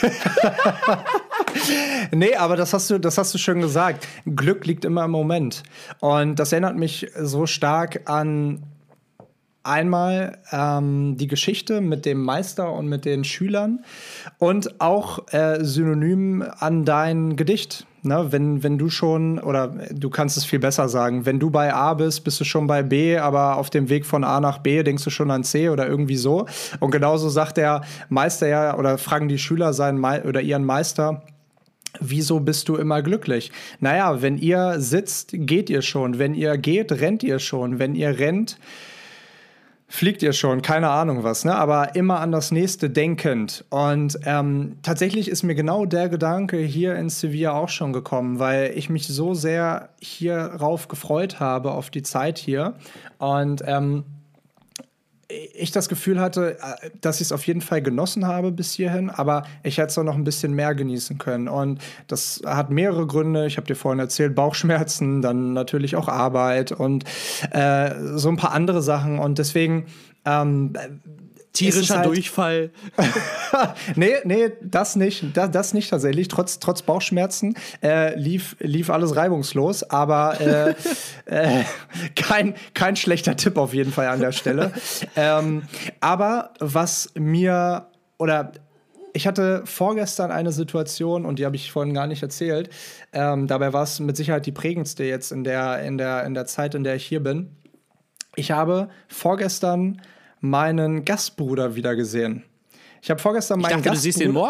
Nee, aber das hast du, das hast du schön gesagt. Glück liegt immer im Moment. Und das erinnert mich so stark an einmal ähm, die Geschichte mit dem Meister und mit den Schülern und auch äh, synonym an dein Gedicht. Ne? Wenn, wenn du schon, oder du kannst es viel besser sagen, wenn du bei A bist, bist du schon bei B, aber auf dem Weg von A nach B denkst du schon an C oder irgendwie so. Und genauso sagt der Meister ja, oder fragen die Schüler seinen Me- oder ihren Meister, wieso bist du immer glücklich? Naja, wenn ihr sitzt, geht ihr schon. Wenn ihr geht, rennt ihr schon. Wenn ihr rennt, fliegt ihr schon, keine Ahnung was, ne? Aber immer an das Nächste denkend. Und ähm, tatsächlich ist mir genau der Gedanke hier in Sevilla auch schon gekommen, weil ich mich so sehr hierauf gefreut habe, auf die Zeit hier. Und ähm, ich das Gefühl hatte, dass ich es auf jeden Fall genossen habe bis hierhin, aber ich hätte es auch noch ein bisschen mehr genießen können. Und das hat mehrere Gründe. Ich habe dir vorhin erzählt, Bauchschmerzen, dann natürlich auch Arbeit und äh, so ein paar andere Sachen. Und deswegen ähm, tierischer halt Durchfall. nee, nee, das nicht. Das, das nicht tatsächlich. Trotz, trotz Bauchschmerzen äh, lief, lief alles reibungslos. Aber äh, äh, kein, kein schlechter Tipp auf jeden Fall an der Stelle. ähm, aber was mir, oder ich hatte vorgestern eine Situation, und die habe ich vorhin gar nicht erzählt. Ähm, dabei war es mit Sicherheit die prägendste jetzt in der, in der, in der Zeit, in der ich hier bin. Ich habe vorgestern meinen Gastbruder wieder gesehen. Ich habe vorgestern meinen Ich dachte, Gastbruder. du siehst ihn morgen.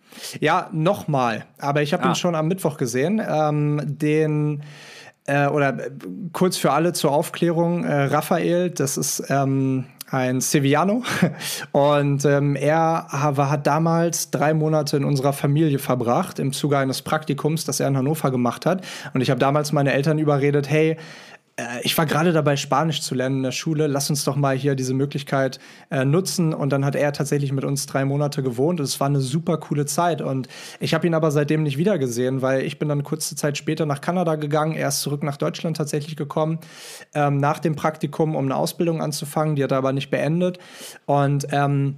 Ja, nochmal. Aber ich habe Ah. ihn schon am Mittwoch gesehen. Ähm, den, äh, oder äh, kurz für alle zur Aufklärung, äh, Raphael, das ist ähm, ein Sevillano. Und ähm, er ha- hat damals drei Monate in unserer Familie verbracht, im Zuge eines Praktikums, das er in Hannover gemacht hat. Und ich habe damals meine Eltern überredet, hey, ich war gerade dabei, Spanisch zu lernen in der Schule. Lass uns doch mal hier diese Möglichkeit äh, nutzen. Und dann hat er tatsächlich mit uns drei Monate gewohnt. Und es war eine super coole Zeit. Und ich habe ihn aber seitdem nicht wiedergesehen, weil ich bin dann kurze Zeit später nach Kanada gegangen. Er ist zurück nach Deutschland tatsächlich gekommen, ähm, nach dem Praktikum, um eine Ausbildung anzufangen. Die hat er aber nicht beendet. Und ähm,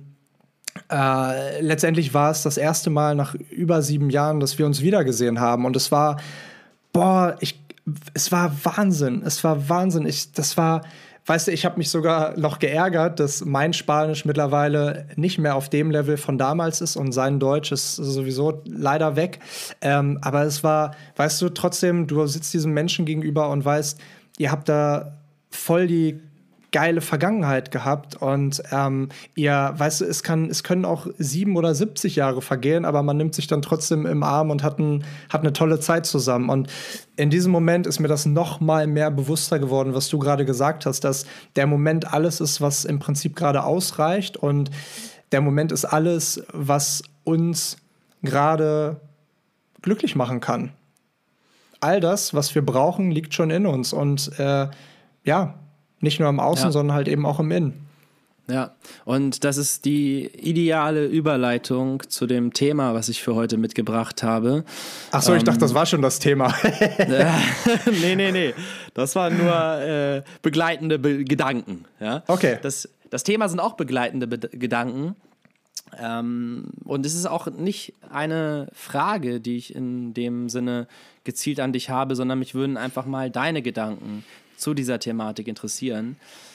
äh, letztendlich war es das erste Mal nach über sieben Jahren, dass wir uns wiedergesehen haben. Und es war, boah, ich Es war Wahnsinn. Es war Wahnsinn. Ich, das war, weißt du, ich habe mich sogar noch geärgert, dass mein Spanisch mittlerweile nicht mehr auf dem Level von damals ist und sein Deutsch ist sowieso leider weg. Ähm, aber es war, weißt du, trotzdem, du sitzt diesem Menschen gegenüber und weißt, ihr habt da voll die geile Vergangenheit gehabt und ähm, ihr, weißt du, es kann, es können auch sieben oder siebzig Jahre vergehen, aber man nimmt sich dann trotzdem im Arm und hat, ein, hat eine tolle Zeit zusammen. Und in diesem Moment ist mir das noch mal mehr bewusster geworden, was du gerade gesagt hast, dass der Moment alles ist, was im Prinzip gerade ausreicht und der Moment ist alles, was uns gerade glücklich machen kann. All das, was wir brauchen, liegt schon in uns und äh, ja, nicht nur im Außen, ja. sondern halt eben auch im Innen. Ja, und das ist die ideale Überleitung zu dem Thema, was ich für heute mitgebracht habe. Ach so, ähm, ich dachte, das war schon das Thema. nee, nee, nee. Das waren nur äh, begleitende Be- Gedanken. Ja? Okay. Das, das Thema sind auch begleitende Be- Gedanken. Ähm, und es ist auch nicht eine Frage, die ich in dem Sinne gezielt an dich habe, sondern mich würden einfach mal deine Gedanken zu dieser Thematik interessieren.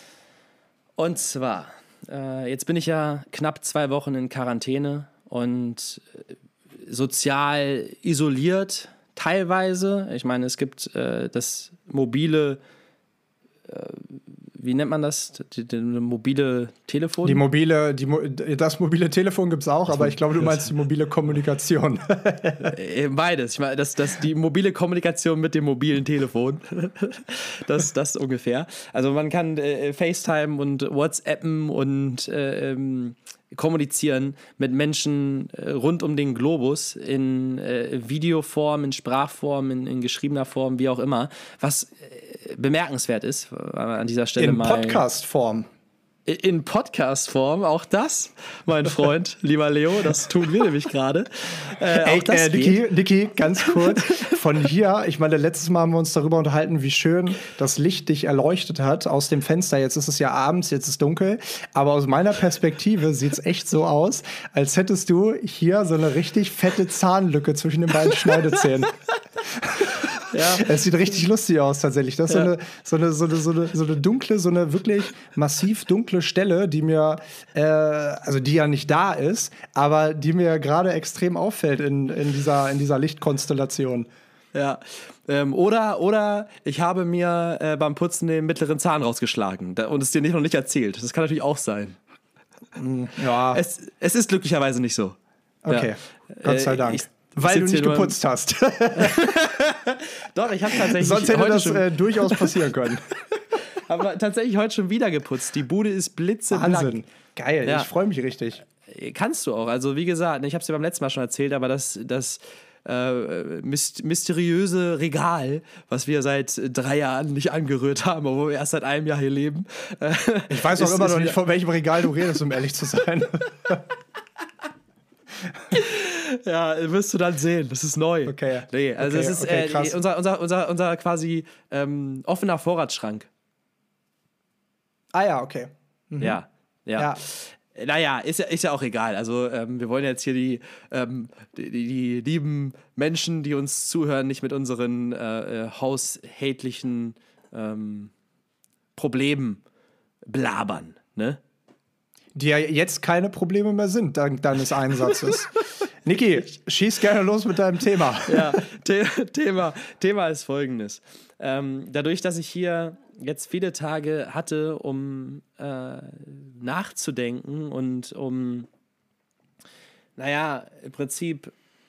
Und zwar, äh, jetzt bin ich ja knapp zwei Wochen in Quarantäne und äh, sozial isoliert teilweise. Ich meine, es gibt äh, das mobile, äh, wie nennt man das? Die, die, die mobile Telefon? Die mobile, die, das mobile Telefon gibt es auch, aber ich glaube, du meinst die mobile Kommunikation. Beides. Ich meine, das, das, die mobile Kommunikation mit dem mobilen Telefon. das, das ungefähr. Also man kann äh, FaceTime und WhatsAppen und äh, ähm, kommunizieren mit Menschen äh, rund um den Globus in äh, Videoform, in Sprachform, in, in geschriebener Form, wie auch immer. Was äh, bemerkenswert ist, an dieser Stelle in mal. In Podcast-Form. In Podcast-Form, auch das, mein Freund, lieber Leo, das tun wir nämlich gerade. Äh, Ey, äh, Niki, Niki, ganz kurz, von hier, ich meine, letztes Mal haben wir uns darüber unterhalten, wie schön das Licht dich erleuchtet hat aus dem Fenster. Jetzt ist es ja abends, jetzt ist es dunkel, aber aus meiner Perspektive sieht es echt so aus, als hättest du hier so eine richtig fette Zahnlücke zwischen den beiden Schneidezähnen. Ja. Es sieht richtig lustig aus tatsächlich. Das ist ja. so, eine, so, eine, so, eine, so, eine, so eine dunkle, so eine wirklich massiv dunkle Stelle, die mir, äh, also die ja nicht da ist, aber die mir gerade extrem auffällt in, in, dieser, in dieser Lichtkonstellation. Ja, ähm, oder, oder ich habe mir äh, beim Putzen den mittleren Zahn rausgeschlagen und es dir nicht, noch nicht erzählt. Das kann natürlich auch sein. Ja. Es, es ist glücklicherweise nicht so. Okay, ja. Gott sei Dank. Äh, ich, Weil du nicht geputzt hast. Doch, ich habe tatsächlich. Sonst hätte heute das schon, äh, durchaus passieren können. Aber tatsächlich heute schon wieder geputzt. Die Bude ist blitzeblank. Wahnsinn. Geil, ja. Ich freue mich richtig. Kannst du auch. Also wie gesagt, ich habe es dir beim letzten Mal schon erzählt, aber das, das äh, mysteriöse Regal, was wir seit drei Jahren nicht angerührt haben, obwohl wir erst seit einem Jahr hier leben. Äh, ich weiß auch ist, immer noch nicht, von welchem Regal du redest, um ehrlich zu sein. Ja, wirst du dann sehen. Das ist neu. Okay. Nee, also okay, es ist okay, äh, unser, unser, unser, unser quasi ähm, offener Vorratsschrank. Ah ja, okay. Mhm. Ja, ja. ja. Naja, ist ja, ist ja auch egal. Also ähm, wir wollen jetzt hier die, ähm, die, die, die lieben Menschen, die uns zuhören, nicht mit unseren äh, haushältlichen ähm, Problemen blabern, ne? Die ja jetzt keine Probleme mehr sind, dank deines Einsatzes. Niki, schieß gerne los mit deinem Thema. Ja, The- Thema, Thema ist folgendes. Ähm, dadurch, dass ich hier jetzt viele Tage hatte, um äh, nachzudenken und um naja, im Prinzip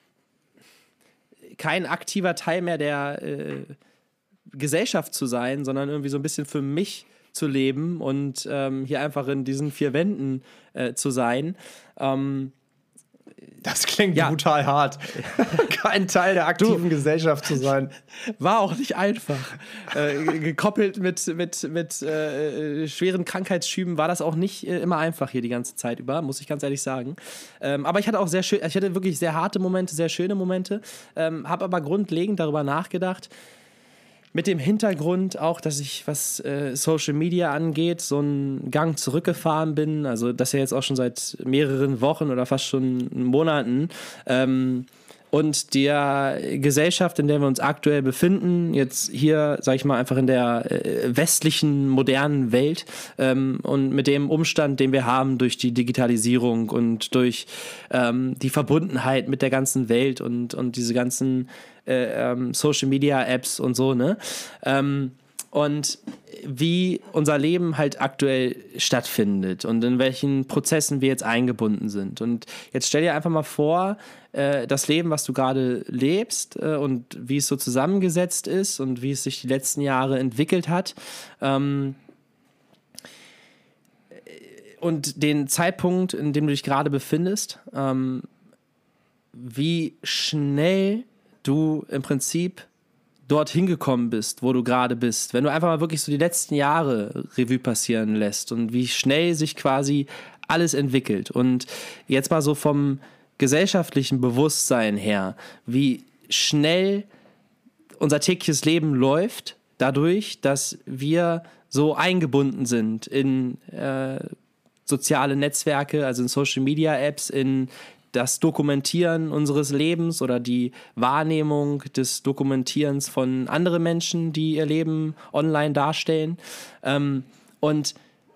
kein aktiver Teil mehr der äh, Gesellschaft zu sein, sondern irgendwie so ein bisschen für mich zu leben und ähm, hier einfach in diesen vier Wänden äh, zu sein. Ähm, Das klingt ja. brutal hart. Kein Teil der aktiven Du, Gesellschaft zu sein. War auch nicht einfach. äh, gekoppelt mit, mit, mit äh, schweren Krankheitsschüben war das auch nicht äh, immer einfach hier die ganze Zeit über, muss ich ganz ehrlich sagen. Ähm, aber ich hatte auch sehr schön, ich hatte wirklich sehr harte Momente, sehr schöne Momente, ähm, habe aber grundlegend darüber nachgedacht, mit dem Hintergrund auch, dass ich, was äh, Social Media angeht, so einen Gang zurückgefahren bin. Also das ja jetzt auch schon seit mehreren Wochen oder fast schon Monaten. Ähm, und der Gesellschaft, in der wir uns aktuell befinden, jetzt hier, sag ich mal, einfach in der äh, westlichen, modernen Welt ähm, und mit dem Umstand, den wir haben durch die Digitalisierung und durch ähm, die Verbundenheit mit der ganzen Welt und, und diese ganzen Äh, ähm, Social Media Apps und so, ne? Ähm, und wie unser Leben halt aktuell stattfindet und in welchen Prozessen wir jetzt eingebunden sind. Und jetzt stell dir einfach mal vor, äh, das Leben, was du gerade lebst äh, und wie es so zusammengesetzt ist und wie es sich die letzten Jahre entwickelt hat. Ähm, und den Zeitpunkt, in dem du dich gerade befindest, ähm, wie schnell du im Prinzip dorthin gekommen bist, wo du gerade bist. Wenn du einfach mal wirklich so die letzten Jahre Revue passieren lässt und wie schnell sich quasi alles entwickelt. Und jetzt mal so vom gesellschaftlichen Bewusstsein her, wie schnell unser tägliches Leben läuft, dadurch, dass wir so eingebunden sind in äh, soziale Netzwerke, also in Social-Media-Apps, in das Dokumentieren unseres Lebens oder die Wahrnehmung des Dokumentierens von anderen Menschen, die ihr Leben online darstellen. Ähm, und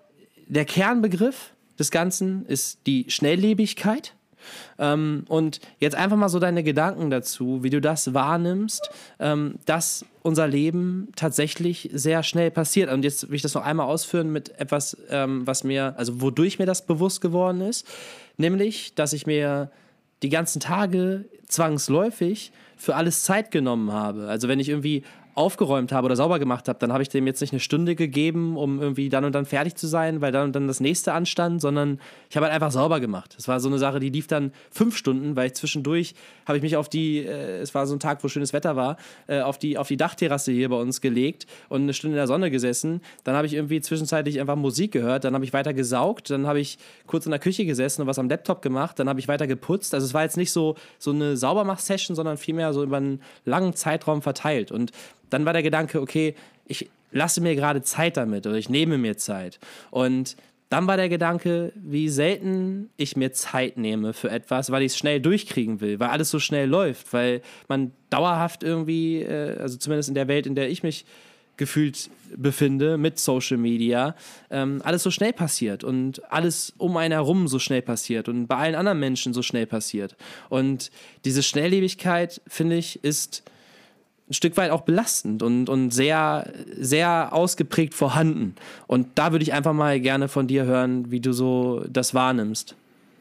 der Kernbegriff des Ganzen ist die Schnelllebigkeit. Ähm, und jetzt einfach mal so deine Gedanken dazu, wie du das wahrnimmst, ähm, dass unser Leben tatsächlich sehr schnell passiert. Und jetzt will ich das noch einmal ausführen mit etwas, ähm, was mir, also wodurch mir das bewusst geworden ist, nämlich, dass ich mir die ganzen Tage zwangsläufig für alles Zeit genommen habe. Also wenn ich irgendwie aufgeräumt habe oder sauber gemacht habe, dann habe ich dem jetzt nicht eine Stunde gegeben, um irgendwie dann und dann fertig zu sein, weil dann und dann das nächste anstand, sondern ich habe halt einfach sauber gemacht. Das war so eine Sache, die lief dann fünf Stunden, weil ich zwischendurch habe ich mich auf die, äh, es war so ein Tag, wo schönes Wetter war, äh, auf die, auf die Dachterrasse hier bei uns gelegt und eine Stunde in der Sonne gesessen. Dann habe ich irgendwie zwischenzeitlich einfach Musik gehört, dann habe ich weiter gesaugt, dann habe ich kurz in der Küche gesessen und was am Laptop gemacht, dann habe ich weiter geputzt. Also es war jetzt nicht so, so eine Saubermach-Session, sondern vielmehr so über einen langen Zeitraum verteilt. Und dann war der Gedanke, okay, ich lasse mir gerade Zeit damit oder ich nehme mir Zeit. Und dann war der Gedanke, wie selten ich mir Zeit nehme für etwas, weil ich es schnell durchkriegen will, weil alles so schnell läuft, weil man dauerhaft irgendwie, also zumindest in der Welt, in der ich mich gefühlt befinde, mit Social Media, ähm, alles so schnell passiert und alles um einen herum so schnell passiert und bei allen anderen Menschen so schnell passiert. Und diese Schnelllebigkeit, finde ich, ist ein Stück weit auch belastend und, und sehr, sehr ausgeprägt vorhanden. Und da würde ich einfach mal gerne von dir hören, wie du so das wahrnimmst.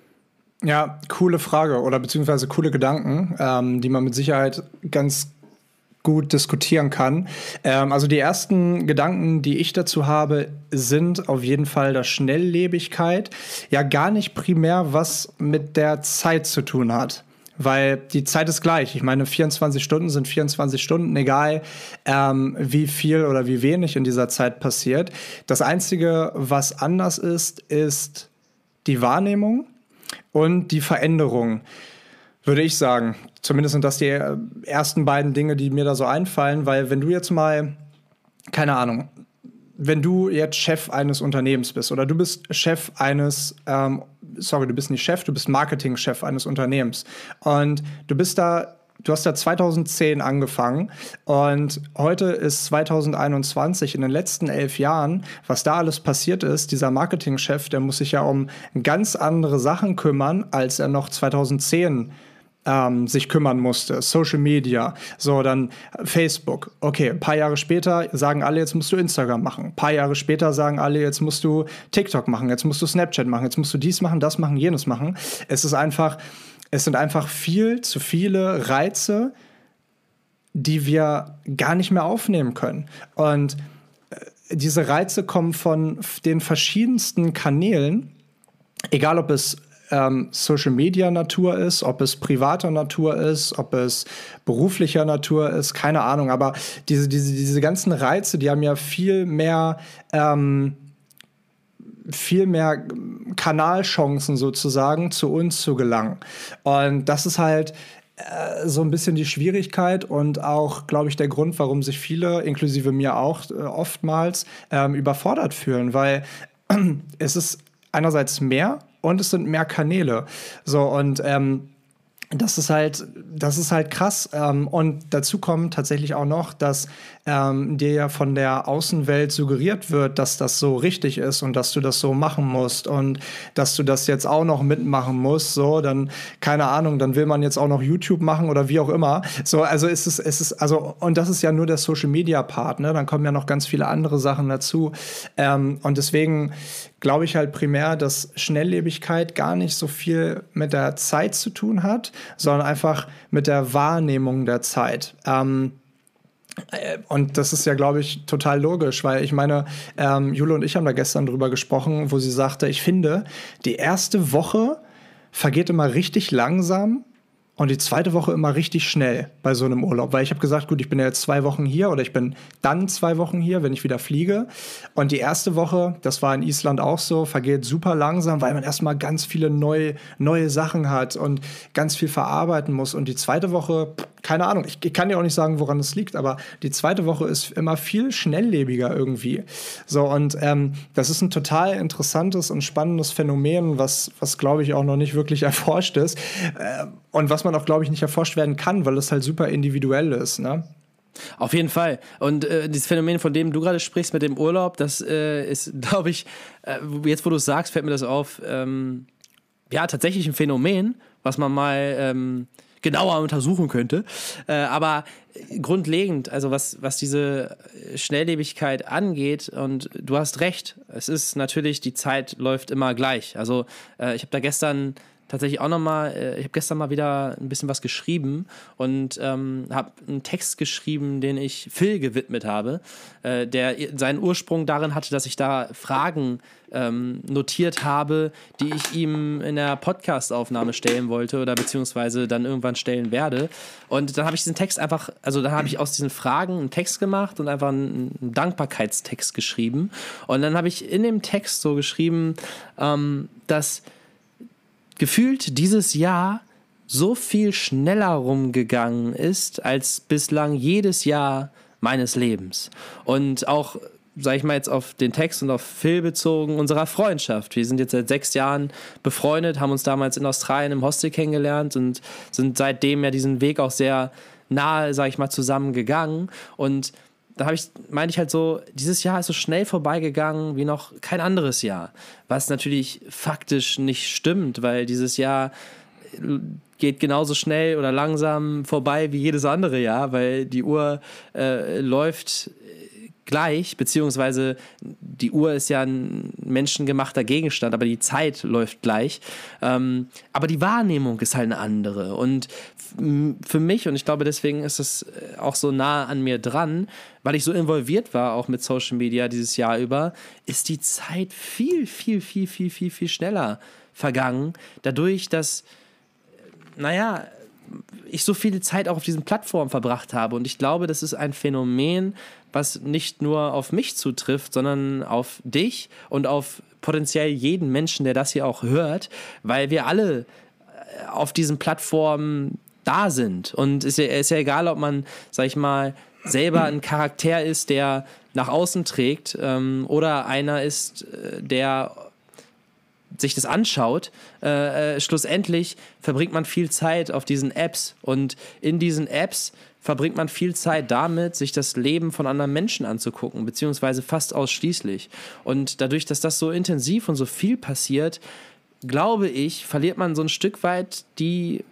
Ja, coole Frage oder beziehungsweise coole Gedanken, ähm, die man mit Sicherheit ganz gut diskutieren kann. Ähm, also die ersten Gedanken, die ich dazu habe, sind auf jeden Fall, dass Schnelllebigkeit ja gar nicht primär was mit der Zeit zu tun hat. Weil die Zeit ist gleich. Ich meine, vierundzwanzig Stunden sind vierundzwanzig Stunden, egal ähm, wie viel oder wie wenig in dieser Zeit passiert. Das Einzige, was anders ist, ist die Wahrnehmung und die Veränderung, würde ich sagen. Zumindest sind das die ersten beiden Dinge, die mir da so einfallen. Weil wenn du jetzt mal, keine Ahnung, wenn du jetzt Chef eines Unternehmens bist oder du bist Chef eines, ähm, sorry, du bist nicht Chef, du bist Marketingchef eines Unternehmens und du bist da, du hast da zweitausendzehn angefangen und heute ist zweitausendeinundzwanzig, in den letzten elf Jahren, was da alles passiert ist, dieser Marketingchef, der muss sich ja um ganz andere Sachen kümmern, als er noch zweitausendzehn Ähm, sich kümmern musste. Social Media, so dann Facebook. Okay, ein paar Jahre später sagen alle, jetzt musst du Instagram machen. Ein paar Jahre später sagen alle, jetzt musst du TikTok machen, jetzt musst du Snapchat machen, jetzt musst du dies machen, das machen, jenes machen. Es ist einfach, es sind einfach viel zu viele Reize, die wir gar nicht mehr aufnehmen können. Und diese Reize kommen von den verschiedensten Kanälen, egal ob es ähm, Social Media Natur ist, ob es privater Natur ist, ob es beruflicher Natur ist, keine Ahnung. Aber diese, diese, diese ganzen Reize, die haben ja viel mehr ähm, viel mehr Kanalchancen sozusagen zu uns zu gelangen. Und das ist halt äh, so ein bisschen die Schwierigkeit und auch, glaube ich, der Grund, warum sich viele, inklusive mir auch, äh, oftmals ähm, überfordert fühlen, weil es ist einerseits mehr und es sind mehr Kanäle. So, und ähm, das ist halt, das ist halt krass. Ähm, und dazu kommt tatsächlich auch noch, dass ähm, dir ja von der Außenwelt suggeriert wird, dass das so richtig ist und dass du das so machen musst und dass du das jetzt auch noch mitmachen musst. So, dann, keine Ahnung, dann will man jetzt auch noch YouTube machen oder wie auch immer. So, also ist es, es ist, also, und das ist ja nur der Social Media Part, ne? Dann kommen ja noch ganz viele andere Sachen dazu. Ähm, und deswegen glaube ich halt primär, dass Schnelllebigkeit gar nicht so viel mit der Zeit zu tun hat, sondern einfach mit der Wahrnehmung der Zeit. Ähm, Und das ist ja, glaube ich, total logisch, weil ich meine, ähm, Jule und ich haben da gestern drüber gesprochen, wo sie sagte, ich finde, die erste Woche vergeht immer richtig langsam und die zweite Woche immer richtig schnell bei so einem Urlaub. Weil ich habe gesagt, gut, ich bin ja jetzt zwei Wochen hier oder ich bin dann zwei Wochen hier, wenn ich wieder fliege. Und die erste Woche, das war in Island auch so, vergeht super langsam, weil man erstmal ganz viele neue, neue Sachen hat und ganz viel verarbeiten muss. Und die zweite Woche, keine Ahnung, ich, ich kann ja auch nicht sagen, woran es liegt, aber die zweite Woche ist immer viel schnelllebiger irgendwie. So, und ähm, das ist ein total interessantes und spannendes Phänomen, was, was glaube ich, auch noch nicht wirklich erforscht ist. Äh, und was man auch, glaube ich, nicht erforscht werden kann, weil es halt super individuell ist, ne? Auf jeden Fall. Und äh, dieses Phänomen, von dem du gerade sprichst mit dem Urlaub, das äh, ist, glaube ich, äh, jetzt wo du es sagst, fällt mir das auf, ähm, ja, tatsächlich ein Phänomen, was man mal ähm, genauer untersuchen könnte. Äh, aber grundlegend, also was, was diese Schnelllebigkeit angeht, und du hast recht, es ist natürlich, die Zeit läuft immer gleich. Also äh, ich habe da gestern tatsächlich auch nochmal, äh, ich habe gestern mal wieder ein bisschen was geschrieben und ähm, habe einen Text geschrieben, den ich Phil gewidmet habe, äh, der seinen Ursprung darin hatte, dass ich da Fragen ähm, notiert habe, die ich ihm in der Podcast-Aufnahme stellen wollte oder beziehungsweise dann irgendwann stellen werde. Und dann habe ich diesen Text einfach, also dann habe ich aus diesen Fragen einen Text gemacht und einfach einen, einen Dankbarkeitstext geschrieben. Und dann habe ich in dem Text so geschrieben, ähm, dass gefühlt dieses Jahr so viel schneller rumgegangen ist als bislang jedes Jahr meines Lebens. Und auch, sag ich mal jetzt auf den Text und auf Phil bezogen, unserer Freundschaft. Wir sind jetzt seit sechs Jahren befreundet, haben uns damals in Australien im Hostel kennengelernt und sind seitdem ja diesen Weg auch sehr nahe, sag ich mal, zusammen gegangen. Und da habe ich, meine ich halt so, dieses Jahr ist so schnell vorbeigegangen wie noch kein anderes Jahr. Was natürlich faktisch nicht stimmt, weil dieses Jahr geht genauso schnell oder langsam vorbei wie jedes andere Jahr, weil die Uhr äh, läuft gleich, beziehungsweise die Uhr ist ja ein menschengemachter Gegenstand, aber die Zeit läuft gleich. Ähm, aber die Wahrnehmung ist halt eine andere. Und f- für mich, und ich glaube, deswegen ist es auch so nah an mir dran, weil ich so involviert war, auch mit Social Media dieses Jahr über, ist die Zeit viel, viel, viel, viel, viel, viel schneller vergangen. Dadurch, dass, naja, ich so viel Zeit auch auf diesen Plattformen verbracht habe. Und ich glaube, das ist ein Phänomen, was nicht nur auf mich zutrifft, sondern auf dich und auf potenziell jeden Menschen, der das hier auch hört, weil wir alle auf diesen Plattformen da sind. Und es ist ja, ist ja egal, ob man, sag ich mal, selber ein Charakter ist, der nach außen trägt, ähm, oder einer ist, der sich das anschaut, äh, äh, schlussendlich verbringt man viel Zeit auf diesen Apps und in diesen Apps verbringt man viel Zeit damit, sich das Leben von anderen Menschen anzugucken, beziehungsweise fast ausschließlich. Und dadurch, dass das so intensiv und so viel passiert, glaube ich, verliert man so ein Stück weit die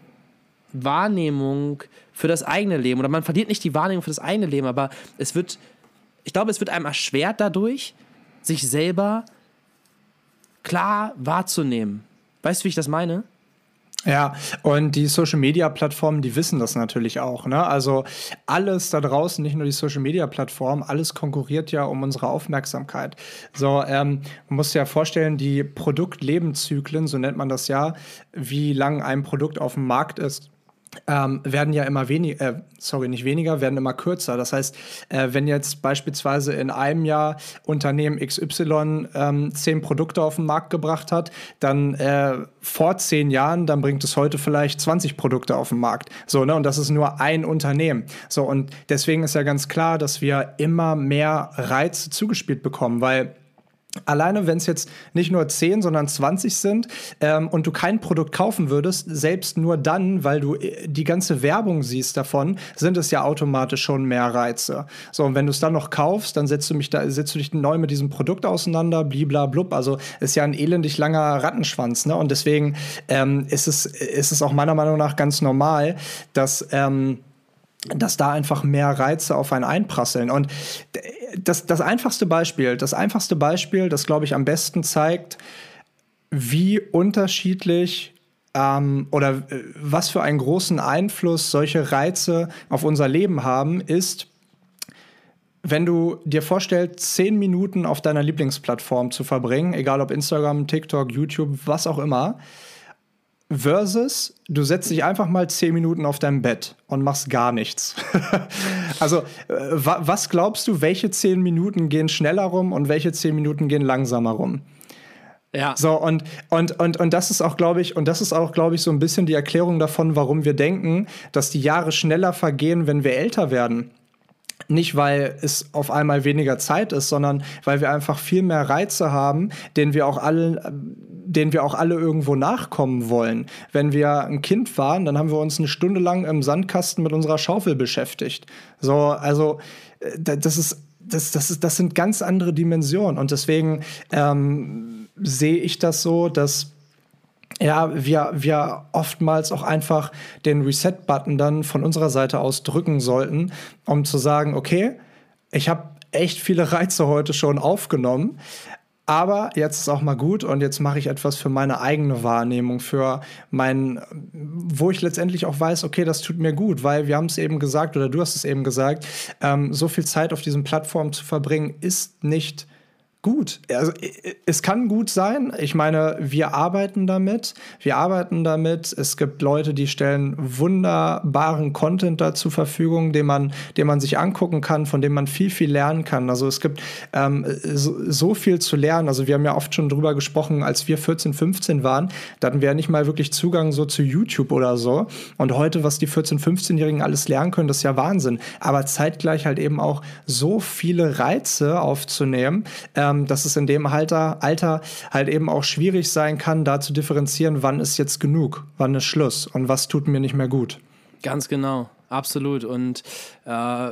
Wahrnehmung für das eigene Leben. Oder man verliert nicht die Wahrnehmung für das eigene Leben, aber es wird, ich glaube, es wird einem erschwert dadurch, sich selber klar wahrzunehmen. Weißt du, wie ich das meine? Ja, und die Social-Media-Plattformen, die wissen das natürlich auch. Ne? Also alles da draußen, nicht nur die Social-Media-Plattformen, alles konkurriert ja um unsere Aufmerksamkeit. So, ähm, man muss sich ja vorstellen, die Produktlebenszyklen, so nennt man das ja, wie lang ein Produkt auf dem Markt ist, Ähm, werden ja immer weniger, äh, sorry, nicht weniger, werden immer kürzer. Das heißt, äh, wenn jetzt beispielsweise in einem Jahr Unternehmen X Y ähm, zehn Produkte auf den Markt gebracht hat, dann äh, vor zehn Jahren, dann bringt es heute vielleicht zwanzig Produkte auf den Markt. So, ne? Und das ist nur ein Unternehmen. So, und deswegen ist ja ganz klar, dass wir immer mehr Reize zugespielt bekommen, weil alleine, wenn es jetzt nicht nur zehn, sondern zwanzig sind ähm, und du kein Produkt kaufen würdest, selbst nur dann, weil du die ganze Werbung siehst davon, sind es ja automatisch schon mehr Reize. So, und wenn du es dann noch kaufst, dann setzt du mich da, setzt du dich neu mit diesem Produkt auseinander, bliblablub. Also ist ja ein elendig langer Rattenschwanz, ne? Und deswegen ähm, ist es, ist es auch meiner Meinung nach ganz normal, dass ähm, dass da einfach mehr Reize auf einen einprasseln. Und das, das einfachste Beispiel, das einfachste Beispiel, das, glaube ich, am besten zeigt, wie unterschiedlich ähm, oder was für einen großen Einfluss solche Reize auf unser Leben haben, ist, wenn du dir vorstellst, zehn Minuten auf deiner Lieblingsplattform zu verbringen, egal ob Instagram, TikTok, YouTube, was auch immer, versus du setzt dich einfach mal zehn Minuten auf dein Bett und machst gar nichts. Also, äh, wa- was glaubst du, welche zehn Minuten gehen schneller rum und welche zehn Minuten gehen langsamer rum? Ja. So, und, und, und, und das ist auch, glaube ich, und das ist auch, glaube ich, so ein bisschen die Erklärung davon, warum wir denken, dass die Jahre schneller vergehen, wenn wir älter werden. Nicht, weil es auf einmal weniger Zeit ist, sondern weil wir einfach viel mehr Reize haben, denen wir auch alle, denen wir auch alle irgendwo nachkommen wollen. Wenn wir ein Kind waren, dann haben wir uns eine Stunde lang im Sandkasten mit unserer Schaufel beschäftigt. So, also das ist, das, das ist, das sind ganz andere Dimensionen. Und deswegen ähm, sehe ich das so, dass ja, wir, wir oftmals auch einfach den Reset-Button dann von unserer Seite aus drücken sollten, um zu sagen, okay, ich habe echt viele Reize heute schon aufgenommen, aber jetzt ist auch mal gut und jetzt mache ich etwas für meine eigene Wahrnehmung, für mein, wo ich letztendlich auch weiß, okay, das tut mir gut, weil wir haben es eben gesagt oder du hast es eben gesagt, ähm, so viel Zeit auf diesen Plattformen zu verbringen, ist nicht gut. Also es kann gut sein. Ich meine, wir arbeiten damit. Wir arbeiten damit. Es gibt Leute, die stellen wunderbaren Content da zur Verfügung, den man, den man sich angucken kann, von dem man viel, viel lernen kann. Also es gibt ähm, so, so viel zu lernen. Also wir haben ja oft schon drüber gesprochen, als wir vierzehn, fünfzehn waren, da hatten wir ja nicht mal wirklich Zugang so zu YouTube oder so. Und heute, was die vierzehn-, fünfzehnjährigen alles lernen können, das ist ja Wahnsinn. Aber zeitgleich halt eben auch so viele Reize aufzunehmen, ähm, dass es in dem Alter, Alter halt eben auch schwierig sein kann, da zu differenzieren, wann ist jetzt genug, wann ist Schluss und was tut mir nicht mehr gut. Ganz genau, absolut. Und äh,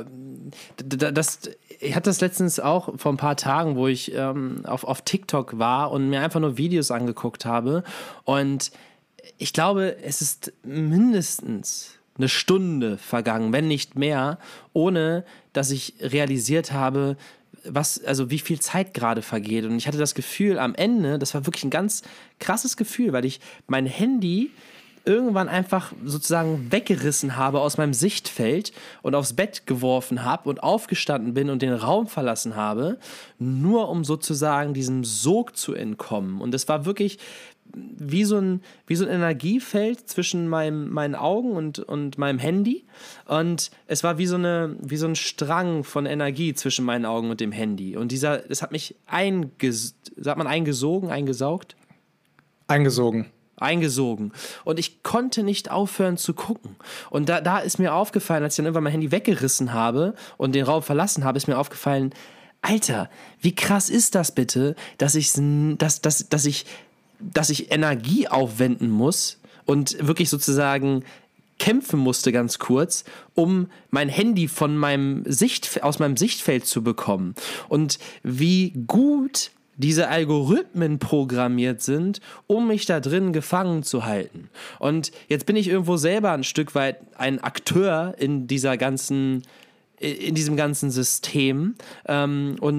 das, ich hatte das letztens auch vor ein paar Tagen, wo ich ähm, auf, auf TikTok war und mir einfach nur Videos angeguckt habe. Und ich glaube, es ist mindestens eine Stunde vergangen, wenn nicht mehr, ohne dass ich realisiert habe, was, also wie viel Zeit gerade vergeht. Und ich hatte das Gefühl am Ende, das war wirklich ein ganz krasses Gefühl, weil ich mein Handy irgendwann einfach sozusagen weggerissen habe aus meinem Sichtfeld und aufs Bett geworfen habe und aufgestanden bin und den Raum verlassen habe, nur um sozusagen diesem Sog zu entkommen. Und das war wirklich wie so ein, wie so ein Energiefeld zwischen meinem, meinen Augen und, und meinem Handy. Und es war wie so, eine, wie so ein Strang von Energie zwischen meinen Augen und dem Handy. Und dieser, das hat mich einges, sagt man eingesogen, eingesaugt? Eingesogen. Eingesogen. Und ich konnte nicht aufhören zu gucken. Und da, da ist mir aufgefallen, als ich dann irgendwann mein Handy weggerissen habe und den Raum verlassen habe, ist mir aufgefallen, Alter, wie krass ist das bitte, dass ich, dass, dass, dass ich dass ich Energie aufwenden muss und wirklich sozusagen kämpfen musste ganz kurz, um mein Handy von meinem Sicht, aus meinem Sichtfeld zu bekommen. Und wie gut diese Algorithmen programmiert sind, um mich da drin gefangen zu halten. Und jetzt bin ich irgendwo selber ein Stück weit ein Akteur in dieser ganzen, in diesem ganzen System. Und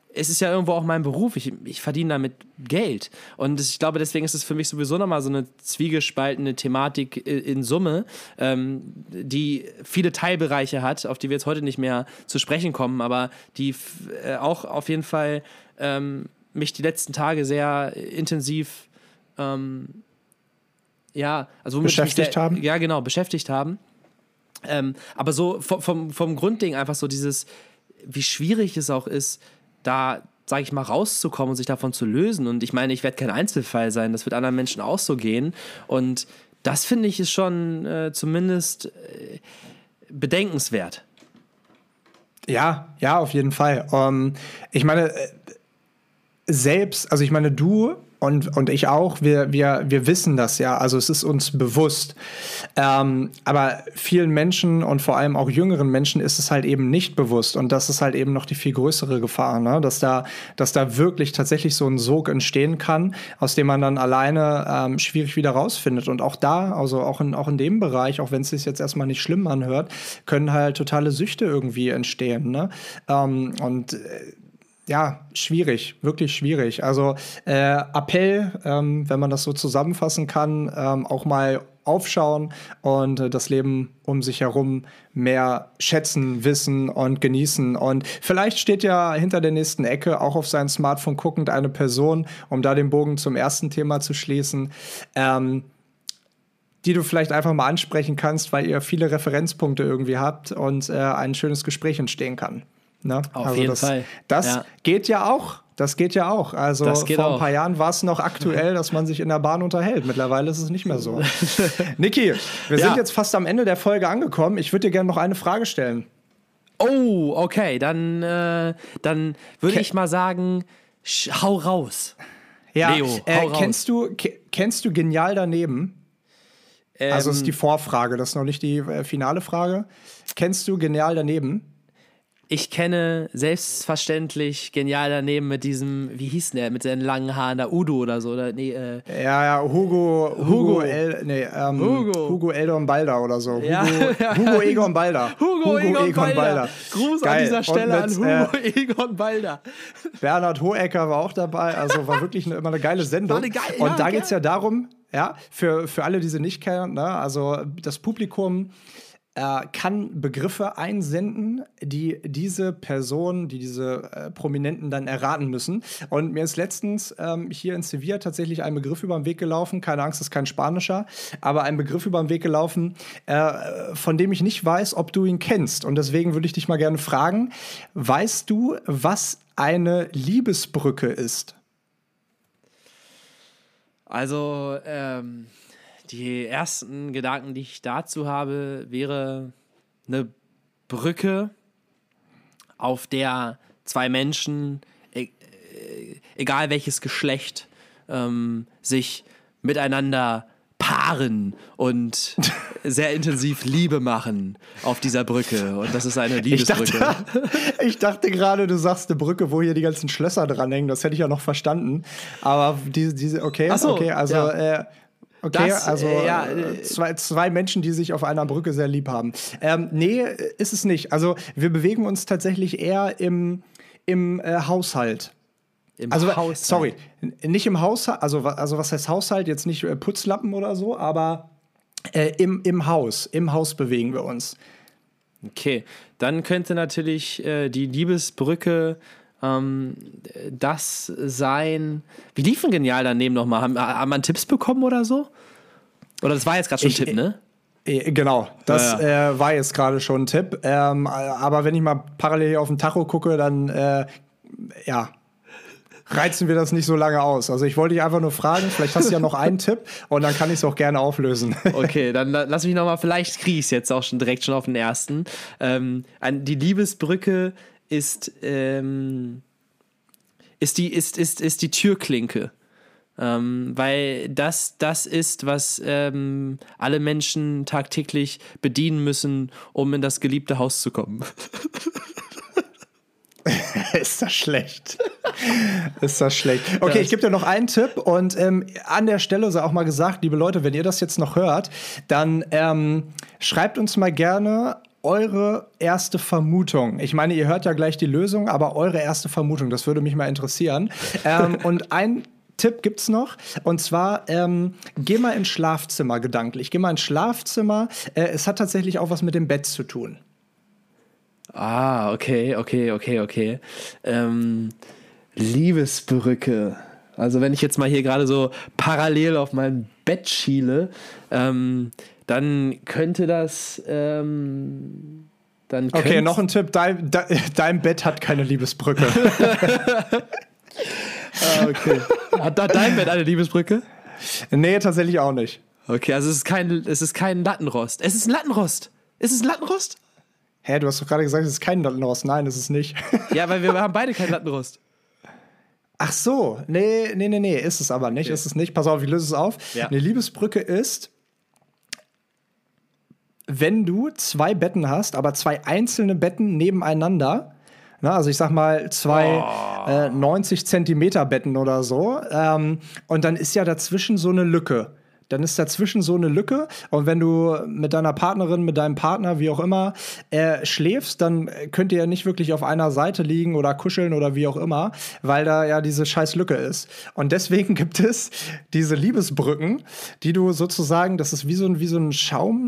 es ist ja irgendwo auch mein Beruf, ich, ich verdiene damit Geld. Und ich glaube, deswegen ist es für mich sowieso nochmal so eine zwiegespaltene Thematik in Summe, ähm, die viele Teilbereiche hat, auf die wir jetzt heute nicht mehr zu sprechen kommen, aber die äh, auch auf jeden Fall ähm, mich die letzten Tage sehr intensiv ähm, ja, also beschäftigt sehr, haben. Ja, genau, beschäftigt haben. Ähm, aber so vom, vom, vom Grundding einfach so dieses, wie schwierig es auch ist, da, sage ich mal, rauszukommen und sich davon zu lösen. Und ich meine, ich werde kein Einzelfall sein, das wird anderen Menschen auch so gehen. Und das finde ich ist schon äh, zumindest äh, bedenkenswert. Ja, ja, auf jeden Fall. Um, ich meine, selbst, also ich meine, du und, und ich auch, wir, wir, wir wissen das ja, also es ist uns bewusst. Ähm, aber vielen Menschen und vor allem auch jüngeren Menschen ist es halt eben nicht bewusst. Und das ist halt eben noch die viel größere Gefahr, ne? dass, da, dass da wirklich tatsächlich so ein Sog entstehen kann, aus dem man dann alleine ähm, schwierig wieder rausfindet. Und auch da, also auch in, auch in dem Bereich, auch wenn es sich jetzt erstmal nicht schlimm anhört, können halt totale Süchte irgendwie entstehen. Ne? Ähm, und äh, Ja, schwierig, wirklich schwierig. Also äh, Appell, ähm, wenn man das so zusammenfassen kann, ähm, auch mal aufschauen und äh, das Leben um sich herum mehr schätzen, wissen und genießen. Und vielleicht steht ja hinter der nächsten Ecke auch auf sein Smartphone guckend eine Person, um da den Bogen zum ersten Thema zu schließen, ähm, die du vielleicht einfach mal ansprechen kannst, weil ihr viele Referenzpunkte irgendwie habt und äh, ein schönes Gespräch entstehen kann. Ne? Auf also jeden das, Fall. Das ja. geht ja auch. Das geht ja auch. Also vor ein auch. paar Jahren war es noch aktuell, dass man sich in der Bahn unterhält. Mittlerweile ist es nicht mehr so. Niki, wir ja. sind jetzt fast am Ende der Folge angekommen. Ich würde dir gerne noch eine Frage stellen. Oh, okay. Dann, äh, dann würde Ke- ich mal sagen, sch- hau raus. Ja, Leo, hau äh, raus. Kennst du, ke- kennst du Genial daneben? Ähm, Also das ist die Vorfrage, das ist noch nicht die äh, finale Frage. Kennst du Genial daneben? Ich kenne selbstverständlich Genial daneben mit diesem, wie hieß denn der, mit seinen langen Haaren, da Udo oder so, oder nee, äh, Ja, ja, Hugo, Hugo, Hugo. El, nee, ähm, Hugo. Hugo Eldon Balder oder so. Ja, Hugo, ja, Hugo Egon Balder. Hugo, Egon, Balder. Gruß Geil. an dieser Stelle Und an mit, Hugo äh, Egon Balder. Bernhard Hohecker war auch dabei, also war wirklich eine, immer eine geile Sendung. War eine geile, Und ja, da geil. geht es ja darum, ja, für, für alle, die sie nicht kennen, ne, also das Publikum äh, kann Begriffe einsenden, die diese Personen, die diese äh, Prominenten dann erraten müssen. Und mir ist letztens ähm, hier in Sevilla tatsächlich ein Begriff über den Weg gelaufen, keine Angst, das ist kein spanischer, aber ein Begriff über den Weg gelaufen, äh, von dem ich nicht weiß, ob du ihn kennst. Und deswegen würde ich dich mal gerne fragen, weißt du, was eine Liebesbrücke ist? Also, ähm, die ersten Gedanken, die ich dazu habe, wäre eine Brücke, auf der zwei Menschen, e- egal welches Geschlecht, ähm, sich miteinander paaren und sehr intensiv Liebe machen auf dieser Brücke. Und das ist eine Liebesbrücke. Ich dachte, ich dachte gerade, du sagst eine Brücke, wo hier die ganzen Schlösser dranhängen. Das hätte ich ja noch verstanden. Aber diese, diese okay, Ach so, okay, also ja. äh, okay, Das, also äh, ja, äh, zwei, zwei Menschen, die sich auf einer Brücke sehr lieb haben. Ähm, nee, ist es nicht. Also wir bewegen uns tatsächlich eher im, im äh, Haushalt. Im Also, Haushalt. sorry, n- nicht im Haushalt, also, wa- also was heißt Haushalt? Jetzt nicht äh, Putzlappen oder so, aber äh, im, im Haus. Im Haus bewegen wir uns. Okay, dann könnte natürlich äh, die Liebesbrücke ähm, das sein. Wie lief denn Genial daneben nochmal? Haben, haben wir Tipps bekommen oder so? Oder das war jetzt gerade schon ein Ich- Tipp, ne? Äh, Genau, das Ja, Äh, war jetzt gerade schon ein Tipp. Ähm, äh, aber wenn ich mal parallel hier auf den Tacho gucke, dann äh, ja, reizen wir das nicht so lange aus. Also ich wollte dich einfach nur fragen, vielleicht hast du ja noch einen Tipp und dann kann ich es auch gerne auflösen. Okay, dann la- lass mich nochmal, vielleicht kriege ich es jetzt auch schon direkt schon auf den ersten. Ähm, ein, die Liebesbrücke ist, ähm, ist, die, ist, ist, ist die Türklinke. Ähm, weil das das ist, was ähm, alle Menschen tagtäglich bedienen müssen, um in das geliebte Haus zu kommen. Ist das schlecht? Ist das schlecht? Okay, ich gebe dir noch einen Tipp und ähm, an der Stelle sei auch mal gesagt, liebe Leute, wenn ihr das jetzt noch hört, dann ähm, schreibt uns mal gerne eure erste Vermutung? Ich meine, ihr hört ja gleich die Lösung, aber eure erste Vermutung, das würde mich mal interessieren. ähm, und ein Tipp gibt's noch, und zwar ähm, geh mal ins Schlafzimmer gedanklich. Geh mal ins Schlafzimmer. Äh, es hat tatsächlich auch was mit dem Bett zu tun. Ah, okay, okay, okay, okay. Ähm, Liebesbrücke. Also wenn ich jetzt mal hier gerade so parallel auf mein Bett schiele, ähm, dann könnte das, ähm, dann Okay, noch ein Tipp, dein, de, dein Bett hat keine Liebesbrücke. Ah, okay. Hat da dein Bett eine Liebesbrücke? Nee, tatsächlich auch nicht. Okay, also es ist kein, es ist kein Lattenrost. Es ist ein Lattenrost. Ist es ein Lattenrost? Hä, du hast doch gerade gesagt, es ist kein Lattenrost. Nein, es ist nicht. Ja, weil wir haben beide keinen Lattenrost. Ach so, nee, nee, nee, nee, ist es aber nicht, okay. Ist es nicht. Pass auf, ich löse es auf. Ja. Eine Liebesbrücke ist, wenn du zwei Betten hast, aber zwei einzelne Betten nebeneinander, na, also ich sag mal zwei oh. äh, neunzig Zentimeter Betten oder so, ähm, und dann ist ja dazwischen so eine Lücke. Dann ist dazwischen so eine Lücke, und wenn du mit deiner Partnerin, mit deinem Partner, wie auch immer, äh, schläfst, dann könnt ihr ja nicht wirklich auf einer Seite liegen oder kuscheln oder wie auch immer, weil da ja diese scheiß Lücke ist. Und deswegen gibt es diese Liebesbrücken, die du sozusagen, das ist wie so ein, wie so ein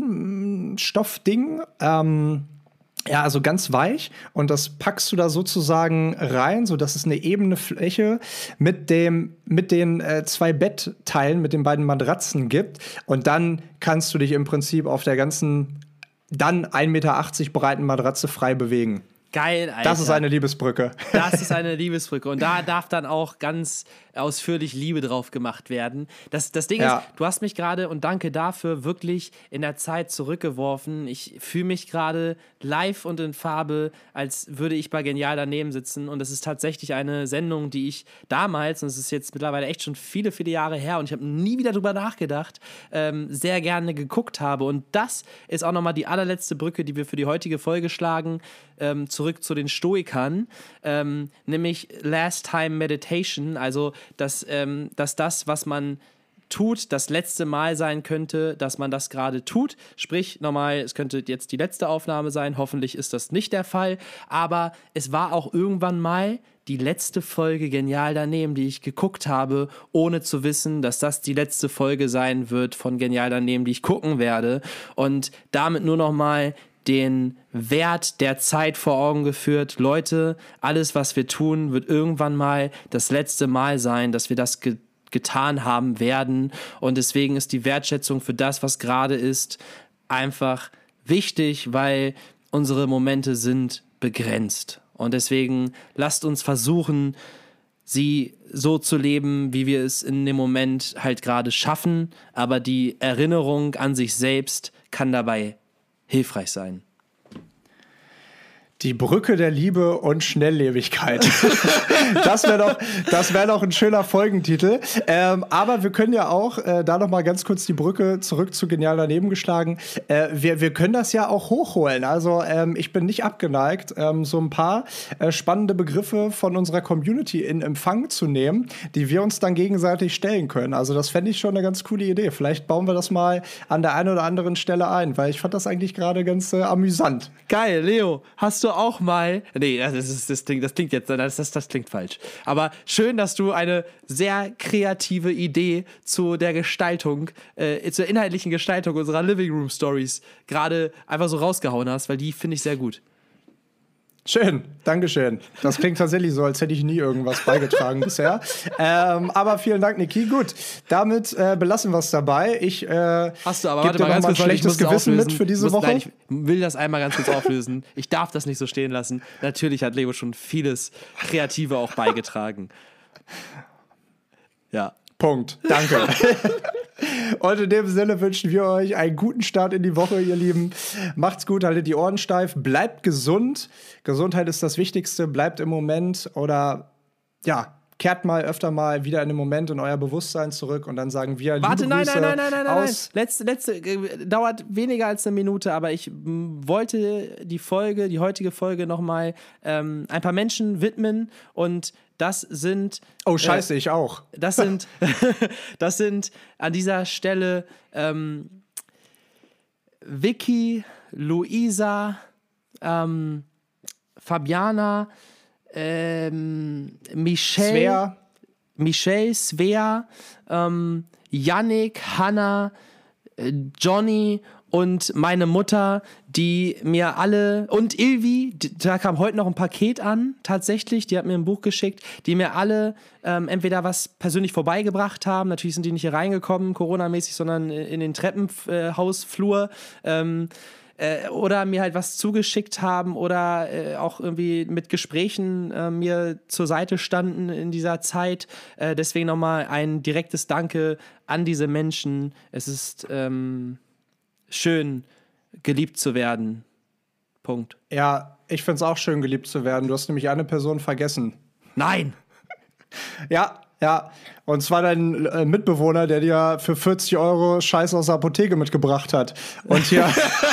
Schaumstoffding, ähm, ja, also ganz weich, und das packst du da sozusagen rein, so dass es eine ebene Fläche mit dem mit den äh, zwei Bettteilen, mit den beiden Matratzen gibt, und dann kannst du dich im Prinzip auf der ganzen dann ein Meter achtzig breiten Matratze frei bewegen. Geil, Alter. Das ist eine Liebesbrücke. Das ist eine Liebesbrücke. Und da darf dann auch ganz ausführlich Liebe drauf gemacht werden. Das, das Ding ja. ist, du hast mich gerade, und danke dafür, wirklich in der Zeit zurückgeworfen. Ich fühle mich gerade live und in Farbe, als würde ich bei Genial daneben sitzen. Und das ist tatsächlich eine Sendung, die ich damals, und es ist jetzt mittlerweile echt schon viele, viele Jahre her, und ich habe nie wieder drüber nachgedacht, ähm, sehr gerne geguckt habe. Und das ist auch nochmal die allerletzte Brücke, die wir für die heutige Folge schlagen, ähm, zurück zu den Stoikern, ähm, nämlich Last Time Meditation, also dass, ähm, dass das, was man tut, das letzte Mal sein könnte, dass man das gerade tut. Sprich, nochmal, es könnte jetzt die letzte Aufnahme sein, hoffentlich ist das nicht der Fall, aber es war auch irgendwann mal die letzte Folge Genial daneben, die ich geguckt habe, ohne zu wissen, dass das die letzte Folge sein wird von Genial daneben, die ich gucken werde, und damit nur nochmal den Wert der Zeit vor Augen geführt. Leute, alles, was wir tun, wird irgendwann mal das letzte Mal sein, dass wir das ge- getan haben werden. Und deswegen ist die Wertschätzung für das, was gerade ist, einfach wichtig, weil unsere Momente sind begrenzt. Und deswegen lasst uns versuchen, sie so zu leben, wie wir es in dem Moment halt gerade schaffen. Aber die Erinnerung an sich selbst kann dabei hilfreich sein. Die Brücke der Liebe und Schnelllebigkeit. Das wäre doch, das wär doch ein schöner Folgentitel. Ähm, aber wir können ja auch, äh, da noch mal ganz kurz die Brücke zurück zu Genial daneben geschlagen. Äh, wir, wir können das ja auch hochholen. Also ähm, ich bin nicht abgeneigt, ähm, so ein paar äh, spannende Begriffe von unserer Community in Empfang zu nehmen, die wir uns dann gegenseitig stellen können. Also das fände ich schon eine ganz coole Idee. Vielleicht bauen wir das mal an der einen oder anderen Stelle ein, weil ich fand das eigentlich gerade ganz äh, amüsant. Geil, Leo, hast du auch mal, nee, das, ist, das, klingt, das klingt jetzt, das, das, das klingt falsch, aber schön, dass du eine sehr kreative Idee zu der Gestaltung, äh, zur inhaltlichen Gestaltung unserer Living Room Stories gerade einfach so rausgehauen hast, weil die finde ich sehr gut. Schön, Dankeschön. Das klingt tatsächlich so, als hätte ich nie irgendwas beigetragen bisher. Ähm, aber vielen Dank, Niki. Gut, damit äh, belassen wir es dabei. Ich äh, Hast du, aber warte mal ganz kurz, ein schlechtes Gewissen mit für diese muss, Woche. Nein, ich will das einmal ganz kurz auflösen. Ich darf das nicht so stehen lassen. Natürlich hat Leo schon vieles Kreative auch beigetragen. Ja. Punkt. Danke. Und in dem Sinne wünschen wir euch einen guten Start in die Woche, ihr Lieben. Macht's gut, haltet die Ohren steif, bleibt gesund. Gesundheit ist das Wichtigste, bleibt im Moment oder ja, kehrt mal öfter mal wieder in den Moment in euer Bewusstsein zurück, und dann sagen wir liebe Warte, nein, Grüße nein, nein, nein, nein, nein. aus. Letzte, letzte, äh, dauert weniger als eine Minute, aber ich m, wollte die Folge, die heutige Folge nochmal ähm, ein paar Menschen widmen, und das sind. Oh, scheiße, äh, ich auch. Das sind, das sind an dieser Stelle ähm, Vicky, Luisa, ähm, Fabiana, ähm, Michelle, Svea. Michelle, Svea, ähm, Yannick, Hannah, äh, Johnny und meine Mutter, die mir alle, und Ilvi, die, da kam heute noch ein Paket an, tatsächlich, die hat mir ein Buch geschickt, die mir alle ähm, entweder was persönlich vorbeigebracht haben, natürlich sind die nicht hier reingekommen, Corona-mäßig, sondern in den Treppenhausflur, ähm, äh, oder mir halt was zugeschickt haben oder äh, auch irgendwie mit Gesprächen äh, mir zur Seite standen in dieser Zeit. Äh, deswegen nochmal ein direktes Danke an diese Menschen. Es ist ähm, schön, geliebt zu werden. Punkt. Ja, ich find's auch schön, geliebt zu werden. Du hast nämlich eine Person vergessen. Nein! Ja, ja. Und zwar dein äh, Mitbewohner, der dir für vierzig Euro Scheiß aus der Apotheke mitgebracht hat. Und hier.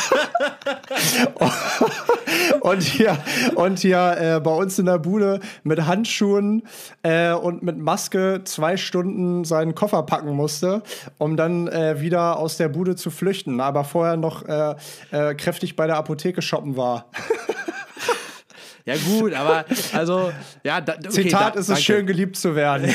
und hier, und hier äh, bei uns in der Bude mit Handschuhen äh, und mit Maske zwei Stunden seinen Koffer packen musste, um dann äh, wieder aus der Bude zu flüchten. Aber vorher noch äh, äh, kräftig bei der Apotheke shoppen war. Ja gut, aber also, ja, da, okay, Zitat, da, ist es danke. schön, geliebt zu werden.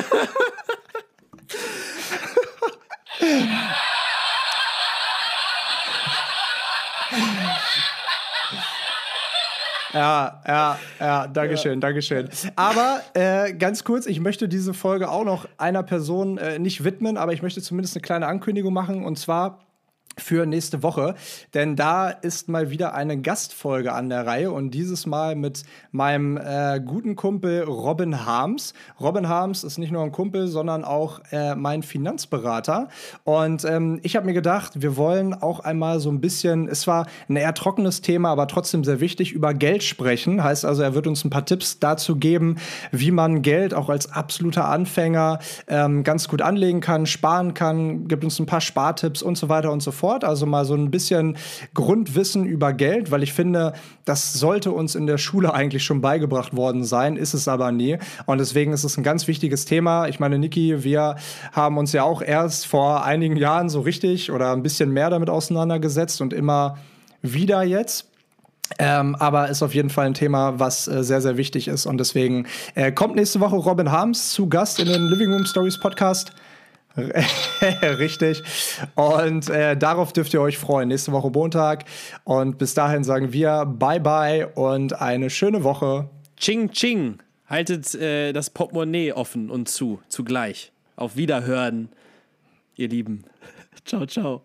Ja, ja, ja, Dankeschön, ja. Dankeschön. Aber äh, ganz kurz, ich möchte diese Folge auch noch einer Person äh, nicht widmen, aber ich möchte zumindest eine kleine Ankündigung machen, und zwar für nächste Woche, denn da ist mal wieder eine Gastfolge an der Reihe und dieses Mal mit meinem äh, guten Kumpel Robin Harms. Robin Harms ist nicht nur ein Kumpel, sondern auch äh, mein Finanzberater, und ähm, ich habe mir gedacht, wir wollen auch einmal so ein bisschen, es war ein eher trockenes Thema, aber trotzdem sehr wichtig, über Geld sprechen. Heißt also, er wird uns ein paar Tipps dazu geben, wie man Geld auch als absoluter Anfänger ähm, ganz gut anlegen kann, sparen kann, gibt uns ein paar Spartipps und so weiter und so fort. Also mal so ein bisschen Grundwissen über Geld, weil ich finde, das sollte uns in der Schule eigentlich schon beigebracht worden sein, ist es aber nie. Und deswegen ist es ein ganz wichtiges Thema. Ich meine, Niki, wir haben uns ja auch erst vor einigen Jahren so richtig oder ein bisschen mehr damit auseinandergesetzt und immer wieder jetzt. Ähm, aber ist auf jeden Fall ein Thema, was äh, sehr, sehr wichtig ist. Und deswegen äh, kommt nächste Woche Robin Harms zu Gast in den Living Room Stories Podcast. Richtig. Und äh, darauf dürft ihr euch freuen. Nächste Woche Montag. Und bis dahin sagen wir Bye-bye und eine schöne Woche. Ching, ching. Haltet äh, das Portemonnaie offen und zu, zugleich. Auf Wiederhören, ihr Lieben. Ciao, ciao.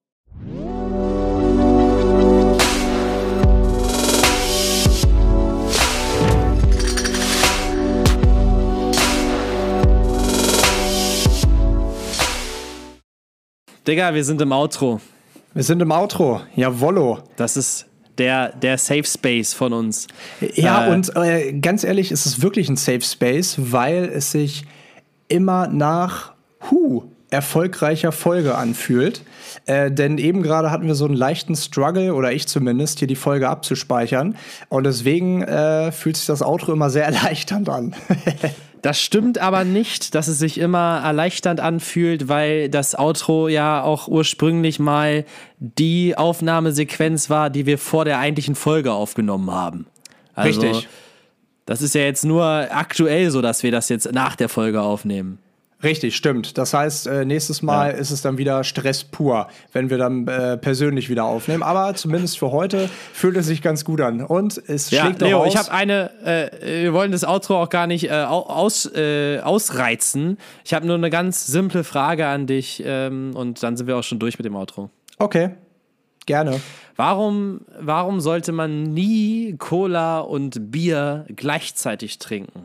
Digga, wir sind im Outro. Wir sind im Outro. Jawollo. Das ist der, der Safe Space von uns. Ja, äh, und äh, ganz ehrlich, es ist wirklich ein Safe Space, weil es sich immer nach Huh erfolgreicher Folge anfühlt. Äh, denn eben gerade hatten wir so einen leichten Struggle, oder ich zumindest, hier die Folge abzuspeichern. Und deswegen äh, fühlt sich das Outro immer sehr erleichternd an. Das stimmt aber nicht, dass es sich immer erleichternd anfühlt, weil das Outro ja auch ursprünglich mal die Aufnahmesequenz war, die wir vor der eigentlichen Folge aufgenommen haben. Also, richtig. Das ist ja jetzt nur aktuell so, dass wir das jetzt nach der Folge aufnehmen. Richtig, stimmt. Das heißt, äh, nächstes Mal ja. ist es dann wieder Stress pur, wenn wir dann äh, persönlich wieder aufnehmen. Aber zumindest für heute fühlt es sich ganz gut an. Und es ja, schlägt Leo, auch aus. Ich habe eine, äh, wir wollen das Outro auch gar nicht äh, aus, äh, ausreizen. Ich habe nur eine ganz simple Frage an dich ähm, und dann sind wir auch schon durch mit dem Outro. Okay, gerne. Warum, warum sollte man nie Cola und Bier gleichzeitig trinken?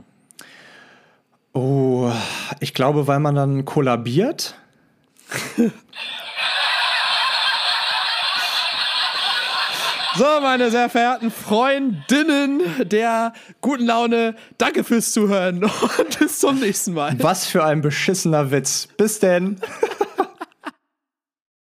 Oh, ich glaube, weil man dann kollabiert. So, meine sehr verehrten Freundinnen der guten Laune, danke fürs Zuhören und bis zum nächsten Mal. Was für ein beschissener Witz. Bis denn.